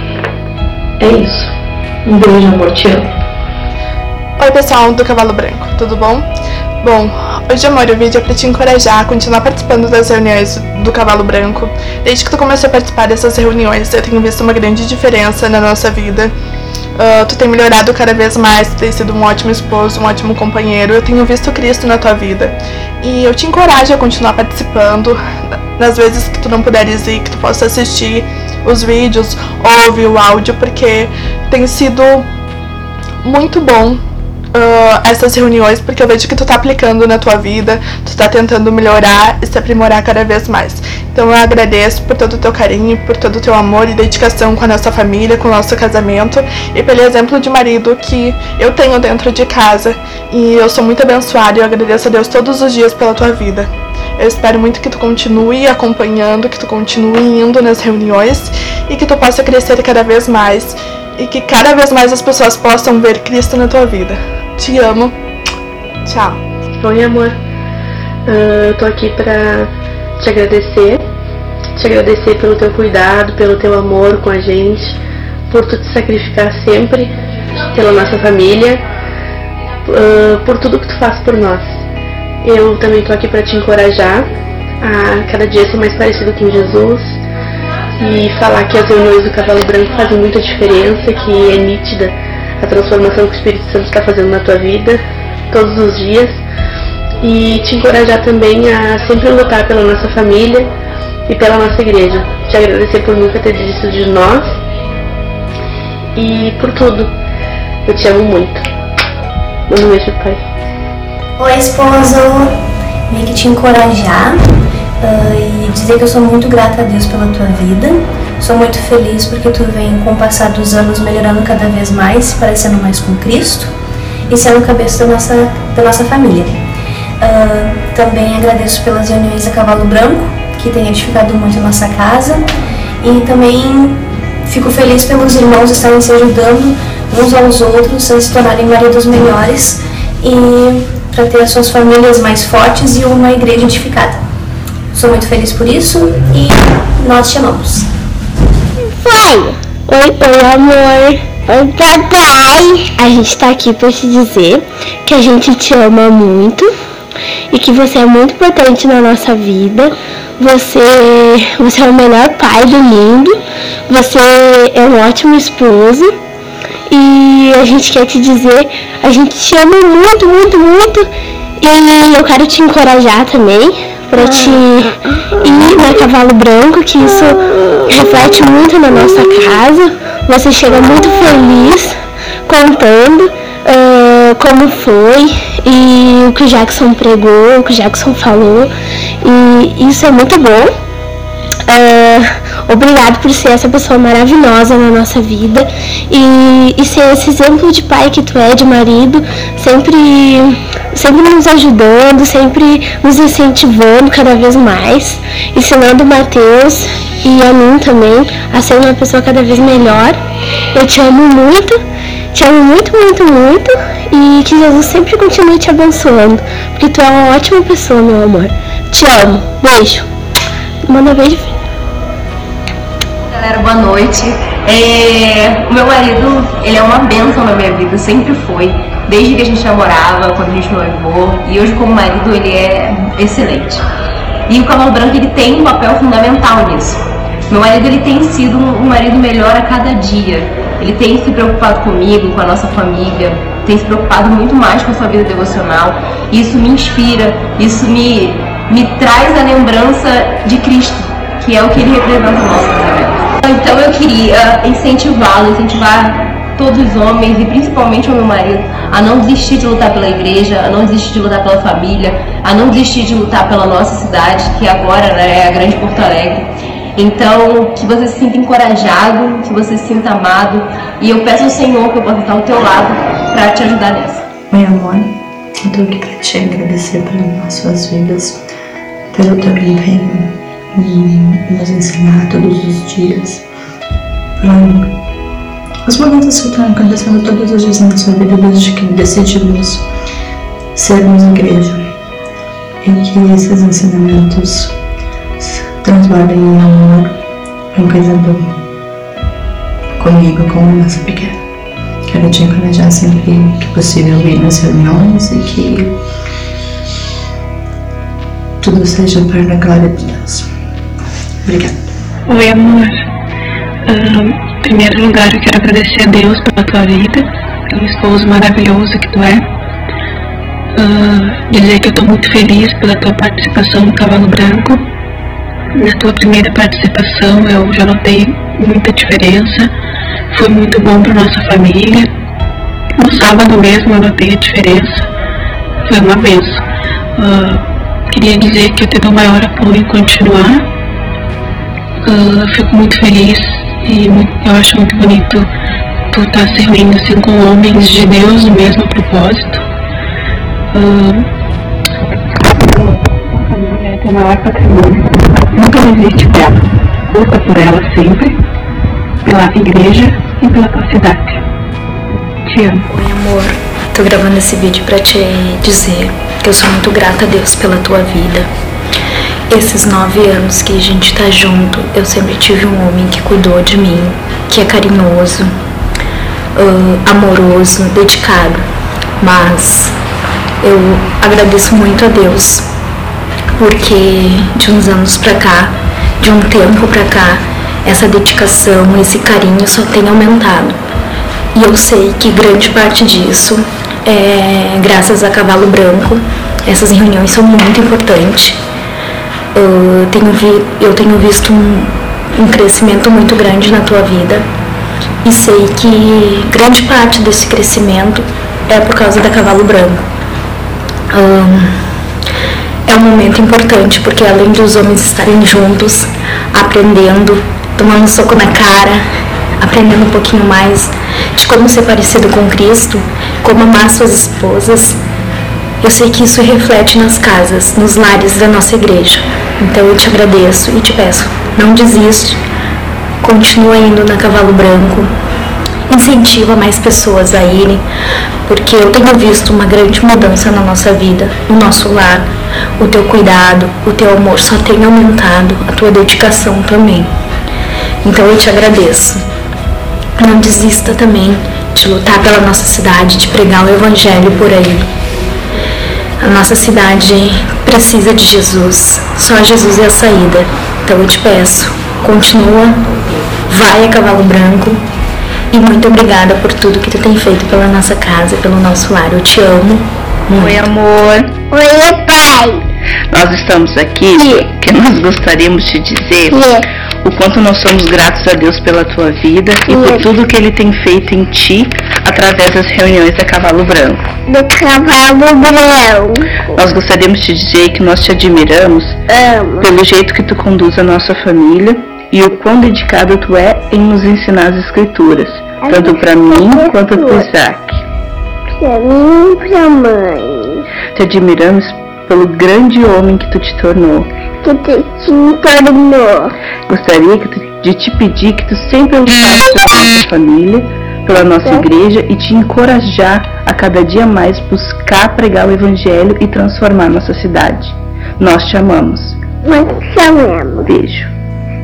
É isso. Um beijo, amor, te amo. Oi pessoal do Cavalo Branco, tudo bom? Bom, hoje amor, o vídeo é pra te encorajar a continuar participando das reuniões do Cavalo Branco. Desde que tu começou a participar dessas reuniões, eu tenho visto uma grande diferença na nossa vida. Tu tem melhorado cada vez mais, tu tem sido um ótimo esposo, um ótimo companheiro. Eu tenho visto Cristo na tua vida. E eu te encorajo a continuar participando. Nas vezes que tu não puderes ir, que tu possa assistir os vídeos, ouvir o áudio, porque tem sido muito bom essas reuniões, porque eu vejo que tu tá aplicando na tua vida, tu tá tentando melhorar e se aprimorar cada vez mais. Então eu agradeço por todo o teu carinho, por todo o teu amor e dedicação com a nossa família, com o nosso casamento e pelo exemplo de marido que eu tenho dentro de casa. E eu sou muito abençoada e eu agradeço a Deus todos os dias pela tua vida. Eu espero muito que tu continue acompanhando, que tu continue indo nas reuniões e que tu possa crescer cada vez mais e que cada vez mais as pessoas possam ver Cristo na tua vida. Te amo. Tchau. Oi, amor. Eu tô aqui pra te agradecer pelo teu cuidado, pelo teu amor com a gente, por tu te sacrificar sempre pela nossa família, por tudo que tu faz por nós. Eu também tô aqui pra te encorajar a cada dia ser mais parecido com Jesus e falar que as reuniões do Cavalo Branco fazem muita diferença, que é nítida a transformação que o Espírito Santo está fazendo na tua vida todos os dias, e te encorajar também a sempre lutar pela nossa família e pela nossa igreja. Te agradecer por nunca ter desistido de nós e por tudo. Eu te amo muito. Manda um beijo, pai. Oi, esposo. Vim aqui te encorajar e dizer que eu sou muito grata a Deus pela tua vida. Sou muito feliz porque tu vem, com o passar dos anos, melhorando cada vez mais, se parecendo mais com Cristo e sendo o cabeça da nossa família. Também agradeço pelas reuniões da Cavalo Branco, que tem edificado muito a nossa casa, e também fico feliz pelos irmãos estarem se ajudando uns aos outros a se tornarem maridos melhores e para ter as suas famílias mais fortes e uma igreja edificada. Sou muito feliz por isso e nós te amamos. Oi, amor. Oi, papai. A gente tá aqui pra te dizer que a gente te ama muito e que você é muito importante na nossa vida. Você é o melhor pai do mundo. Você é um ótimo esposo. E a gente quer te dizer, a gente te ama muito, muito, muito. E eu quero te encorajar também para te ir na Cavalo Branco, que isso reflete muito na nossa casa. Você chega muito feliz contando como foi e o que o Jackson pregou, o que o Jackson falou, e isso é muito bom. Obrigado por ser essa pessoa maravilhosa na nossa vida e ser esse exemplo de pai que tu é, de marido, sempre nos ajudando, sempre nos incentivando cada vez mais, ensinando o Mateus e a mim também a ser uma pessoa cada vez melhor. Eu te amo muito, muito, muito, e que Jesus sempre continue te abençoando, porque tu é uma ótima pessoa, meu amor. Te amo. Beijo. Manda beijo, filho. Galera, boa noite. O meu marido, ele é uma bênção na minha vida, sempre foi, desde que a gente namorava, quando a gente noivou, e hoje como marido ele é excelente. E o Cavalo Branco, ele tem um papel fundamental nisso. Meu marido, ele tem sido um marido melhor a cada dia. Ele tem se preocupado comigo, com a nossa família, tem se preocupado muito mais com a sua vida devocional. E isso me inspira, isso me traz a lembrança de Cristo, que é o que ele representa no nosso casamento. Então eu queria incentivar todos os homens e principalmente o meu marido a não desistir de lutar pela igreja, a não desistir de lutar pela família, a não desistir de lutar pela nossa cidade, que agora, né, é a grande Porto Alegre. Então, que você se sinta encorajado, que você se sinta amado, e eu peço ao Senhor que eu possa estar ao teu lado para te ajudar nessa. Oi, amor, eu tô aqui para te agradecer pelas suas vidas, pelo teu empenho em nos ensinar todos os dias, os momentos que estão acontecendo todos os dias na nossa vida desde que decidimos sermos igreja, e que esses ensinamentos transbordem em amor, em coisa boa, comigo, com a nossa pequena. Quero te encorajar sempre que possível ir nas reuniões e que tudo seja para a glória de Deus. Obrigada. Oi, amor. primeiro lugar, eu quero agradecer a Deus pela tua vida, pelo esposo maravilhoso que tu é. Dizer que eu estou muito feliz pela tua participação no Cavalo Branco. Na tua primeira participação eu já notei muita diferença. Foi muito bom para nossa família. No sábado mesmo eu notei a diferença. Foi uma benção. Queria dizer que eu te dou maior apoio em continuar. Fico muito feliz e eu acho muito bonito tu estar se reunindo assim com homens de Deus no mesmo propósito. A família é teu maior patrimônio. Nunca desiste dela. Luta por ela sempre, pela igreja e pela tua cidade. Te amo. Oi, amor. Tô gravando esse vídeo pra te dizer que eu sou muito grata a Deus pela tua vida. Esses 9 anos que a gente tá junto, eu sempre tive um homem que cuidou de mim, que é carinhoso, amoroso, dedicado. Mas eu agradeço muito a Deus, porque de uns anos pra cá, de um tempo pra cá, essa dedicação, esse carinho só tem aumentado. E eu sei que grande parte disso é graças a Cavalo Branco. Essas reuniões são muito importantes. Eu tenho visto um crescimento muito grande na tua vida. E sei que grande parte desse crescimento é por causa da Cavalo Branco. É um momento importante, porque além dos homens estarem juntos, aprendendo, tomando soco na cara, aprendendo um pouquinho mais de como ser parecido com Cristo, como amar suas esposas, eu sei que isso reflete nas casas, nos lares da nossa igreja. Então eu te agradeço e te peço, não desiste, continua indo na Cavalo Branco, incentiva mais pessoas a irem, porque eu tenho visto uma grande mudança na nossa vida, no nosso lar. O teu cuidado, o teu amor só tem aumentado, a tua dedicação também. Então eu te agradeço. Não desista também de lutar pela nossa cidade, de pregar o evangelho por aí. A nossa cidade precisa de Jesus, só Jesus é a saída. Então eu te peço, continua, vai a Cavalo Branco. E muito obrigada por tudo que tu tem feito pela nossa casa, pelo nosso lar. Eu te amo muito. Oi, amor. Oi, pai. Nós estamos aqui porque nós gostaríamos de dizer o quanto nós somos gratos a Deus pela tua vida e por tudo que Ele tem feito em ti através das reuniões da Cavalo Branco. Do Cavalo Branco. Nós gostaríamos de dizer que nós te admiramos pelo jeito que tu conduz a nossa família e o quão dedicado tu é em nos ensinar as escrituras, tanto para mim quanto para Isaac. Pra mim e pra mãe. Te admiramos pelo grande homem que tu te tornou. Gostaria de te pedir que tu sempre lutasse pela nossa família, pela nossa igreja e te encorajar a cada dia mais buscar pregar o evangelho e transformar nossa cidade. Nós te amamos. Nós te amamos. Beijo.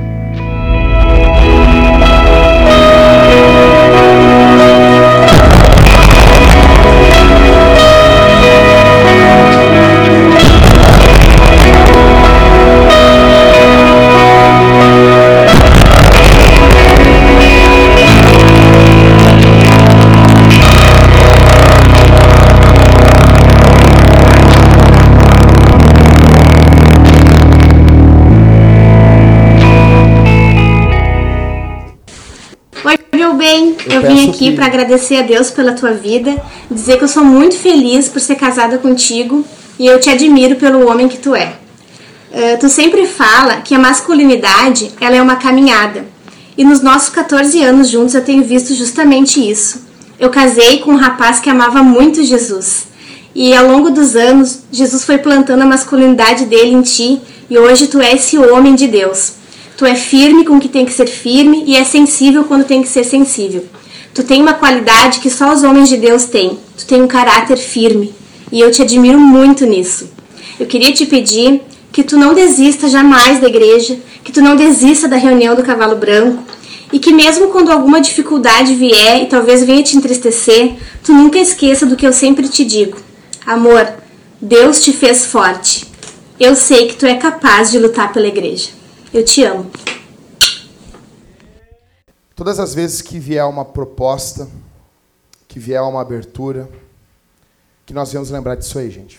Bem, eu vim aqui para agradecer a Deus pela tua vida, dizer que eu sou muito feliz por ser casada contigo e eu te admiro pelo homem que tu é. Tu sempre fala que a masculinidade ela é uma caminhada e nos nossos 14 anos juntos eu tenho visto justamente isso. Eu casei com um rapaz que amava muito Jesus e ao longo dos anos Jesus foi plantando a masculinidade dele em ti e hoje tu é esse homem de Deus. Tu é firme com o que tem que ser firme e é sensível quando tem que ser sensível. Tu tem uma qualidade que só os homens de Deus têm. Tu tem um caráter firme e eu te admiro muito nisso. Eu queria te pedir que tu não desista jamais da igreja, que tu não desista da reunião do Cavalo Branco e que mesmo quando alguma dificuldade vier e talvez venha te entristecer, tu nunca esqueça do que eu sempre te digo. Amor, Deus te fez forte. Eu sei que tu é capaz de lutar pela igreja. Eu te amo. Todas as vezes que vier uma proposta, que vier uma abertura, que nós vamos lembrar disso aí, gente.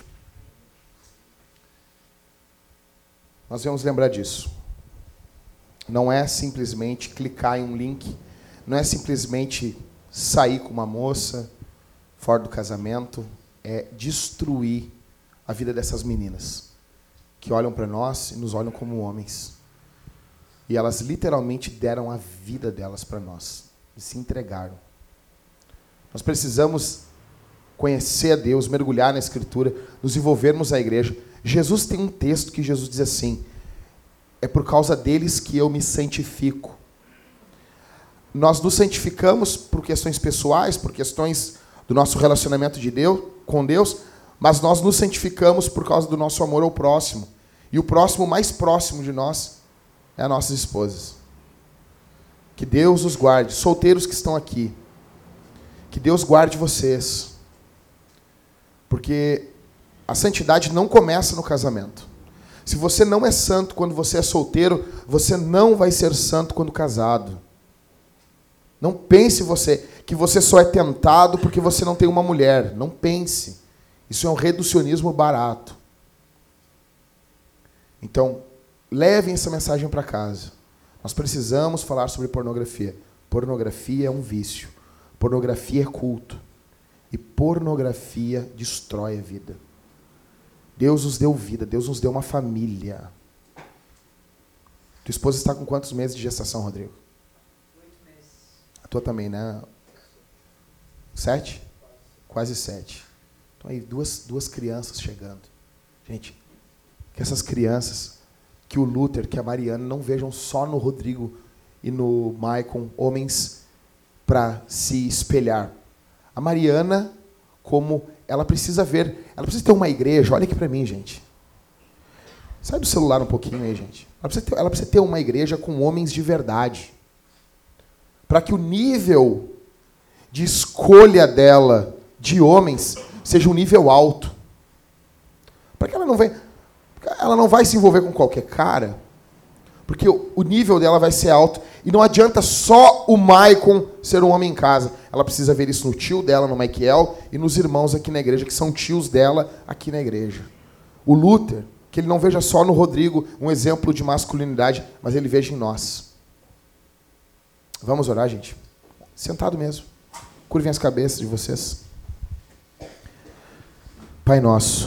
Nós vamos lembrar disso. Não é simplesmente clicar em um link, não é simplesmente sair com uma moça fora do casamento, é destruir a vida dessas meninas que olham para nós e nos olham como homens. E elas literalmente deram a vida delas para nós e se entregaram. Nós precisamos conhecer a Deus, mergulhar na Escritura, nos envolvermos à igreja. Jesus tem um texto que Jesus diz assim: é por causa deles que eu me santifico. Nós nos santificamos por questões pessoais, por questões do nosso relacionamento com Deus, mas nós nos santificamos por causa do nosso amor ao próximo. E o próximo mais próximo de nós é as nossas esposas. Que Deus os guarde. Solteiros que estão aqui, que Deus guarde vocês. Porque a santidade não começa no casamento. Se você não é santo quando você é solteiro, você não vai ser santo quando casado. Não pense que você só é tentado porque você não tem uma mulher. Não pense. Isso é um reducionismo barato. Então, levem essa mensagem para casa. Nós precisamos falar sobre pornografia. Pornografia é um vício. Pornografia é culto. E pornografia destrói a vida. Deus nos deu vida. Deus nos deu uma família. Tua esposa está com quantos meses de gestação, Rodrigo? 8 meses. A tua também, né? 7? Quase 7. Então aí, duas crianças chegando. Gente, que essas crianças, que o Luther, que a Mariana, não vejam só no Rodrigo e no Maicon homens para se espelhar. A Mariana, como ela precisa ter uma igreja. Olha aqui para mim, gente. Sai do celular um pouquinho aí, gente. Ela precisa ter uma igreja com homens de verdade. Para que o nível de escolha dela de homens seja um nível alto. Para que ela não vai se envolver com qualquer cara, porque o nível dela vai ser alto. E não adianta só o Maicon ser um homem em casa. Ela precisa ver isso no tio dela, no Michael, e nos irmãos aqui na igreja, que são tios dela aqui na igreja. O Luther, que ele não veja só no Rodrigo um exemplo de masculinidade, mas ele veja em nós. Vamos orar, gente? Sentado mesmo. Curvem as cabeças de vocês. Pai nosso,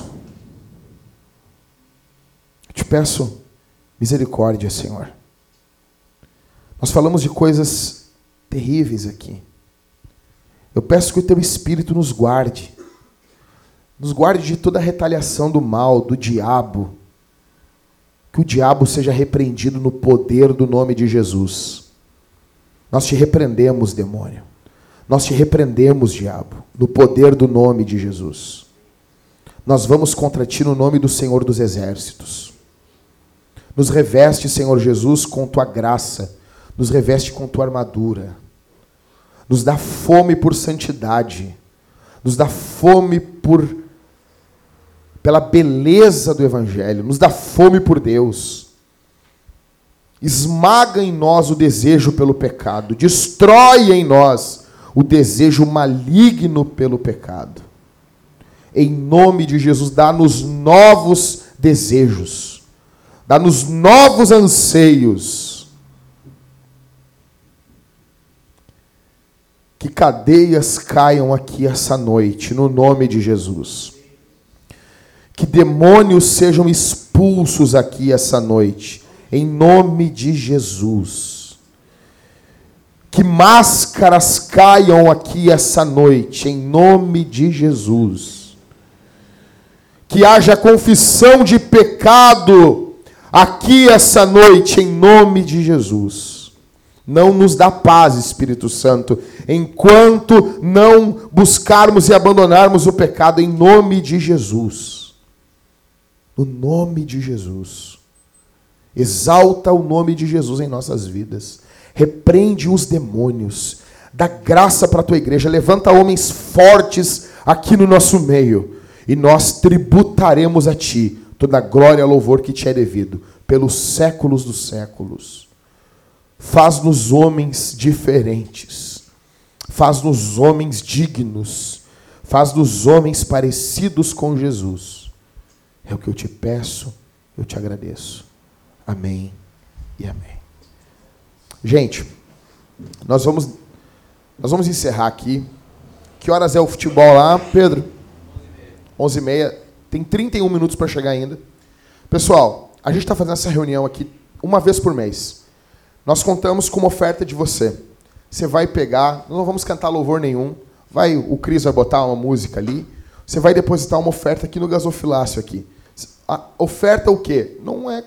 eu te peço misericórdia, Senhor. Nós falamos de coisas terríveis aqui. Eu peço que o Teu Espírito nos guarde. Nos guarde de toda a retaliação do mal, do diabo. Que o diabo seja repreendido no poder do nome de Jesus. Nós te repreendemos, demônio. Nós te repreendemos, diabo, no poder do nome de Jesus. Nós vamos contra ti no nome do Senhor dos Exércitos. Nos reveste, Senhor Jesus, com tua graça. Nos reveste com tua armadura. Nos dá fome por santidade. Nos dá fome pela beleza do Evangelho. Nos dá fome por Deus. Esmaga em nós o desejo pelo pecado. Destrói em nós o desejo maligno pelo pecado. Em nome de Jesus, dá-nos novos desejos. Dá-nos novos anseios. Que cadeias caiam aqui essa noite, no nome de Jesus. Que demônios sejam expulsos aqui essa noite, em nome de Jesus. Que máscaras caiam aqui essa noite, em nome de Jesus. Que haja confissão de pecado aqui essa noite, em nome de Jesus. Não nos dá paz, Espírito Santo, enquanto não buscarmos e abandonarmos o pecado, em nome de Jesus. No nome de Jesus. Exalta o nome de Jesus em nossas vidas. Repreende os demônios. Dá graça para a tua igreja. Levanta homens fortes aqui no nosso meio. E nós tributaremos a ti toda a glória e louvor que te é devido, pelos séculos dos séculos. Faz-nos homens diferentes. Faz-nos homens dignos. Faz-nos homens parecidos com Jesus. É o que eu te peço, eu te agradeço. Amém e amém. Gente, nós vamos encerrar aqui. Que horas é o futebol lá, Pedro? 11h30. Tem 31 minutos para chegar ainda. Pessoal, a gente está fazendo essa reunião aqui uma vez por mês. Nós contamos com uma oferta de você. Você vai pegar, não vamos cantar louvor nenhum. O Cris vai botar uma música ali. Você vai depositar uma oferta aqui no gasofilácio aqui. A oferta o quê?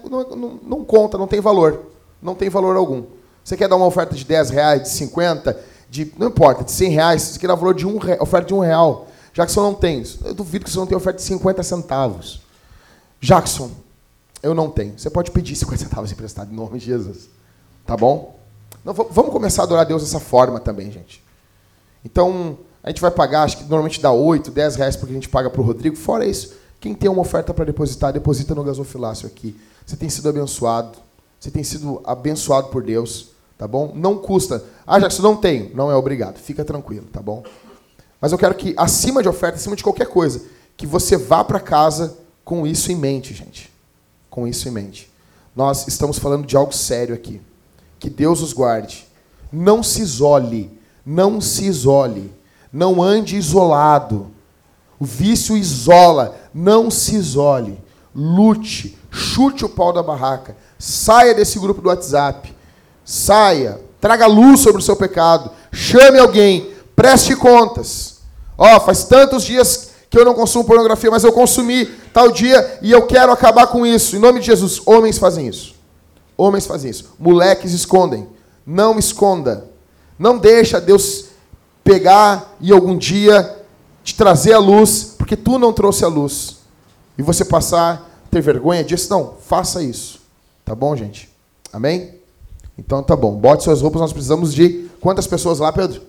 Não conta, não tem valor. Não tem valor algum. Você quer dar uma oferta de R$10, de 50, não importa, de R$100, você quer dar valor de oferta de R$1. Jackson não tem. Eu duvido que você não tenha oferta de 50 centavos. Jackson, eu não tenho. Você pode pedir 50 centavos emprestado em nome de Jesus. Tá bom? Não, vamos começar a adorar a Deus dessa forma também, gente. Então, a gente vai pagar, acho que normalmente dá R$8, R$10 porque a gente paga para o Rodrigo. Fora isso, quem tem uma oferta para depositar, deposita no gasofilácio aqui. Você tem sido abençoado. Você tem sido abençoado por Deus. Tá bom? Não custa. Jackson, não tenho. Não é obrigado. Fica tranquilo, tá bom? Mas eu quero que, acima de oferta, acima de qualquer coisa, que você vá para casa com isso em mente, gente. Com isso em mente. Nós estamos falando de algo sério aqui. Que Deus os guarde. Não se isole. Não se isole. Não ande isolado. O vício isola. Não se isole. Lute. Chute o pau da barraca. Saia desse grupo do WhatsApp. Saia. Traga luz sobre o seu pecado. Chame alguém. Preste contas. Faz tantos dias que eu não consumo pornografia, mas eu consumi tal dia e eu quero acabar com isso. Em nome de Jesus, homens fazem isso. Homens fazem isso. Moleques escondem. Não esconda. Não deixa Deus pegar e algum dia te trazer a luz, porque tu não trouxe a luz. E você passar a ter vergonha disso. Não, faça isso. Tá bom, gente? Amém? Então tá bom. Bote suas roupas, nós precisamos de... Quantas pessoas lá, Pedro?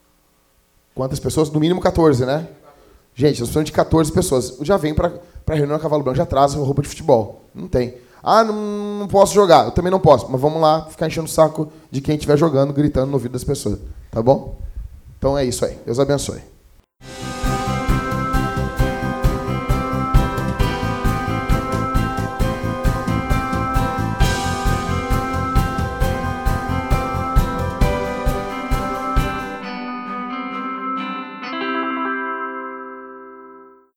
Quantas pessoas? No mínimo 14, né? Gente, nós precisamos de 14 pessoas. Já vem para a reunião Cavalo Branco, já traz a roupa de futebol. Não tem. Não posso jogar. Eu também não posso. Mas vamos lá ficar enchendo o saco de quem estiver jogando, gritando no ouvido das pessoas. Tá bom? Então é isso aí. Deus abençoe.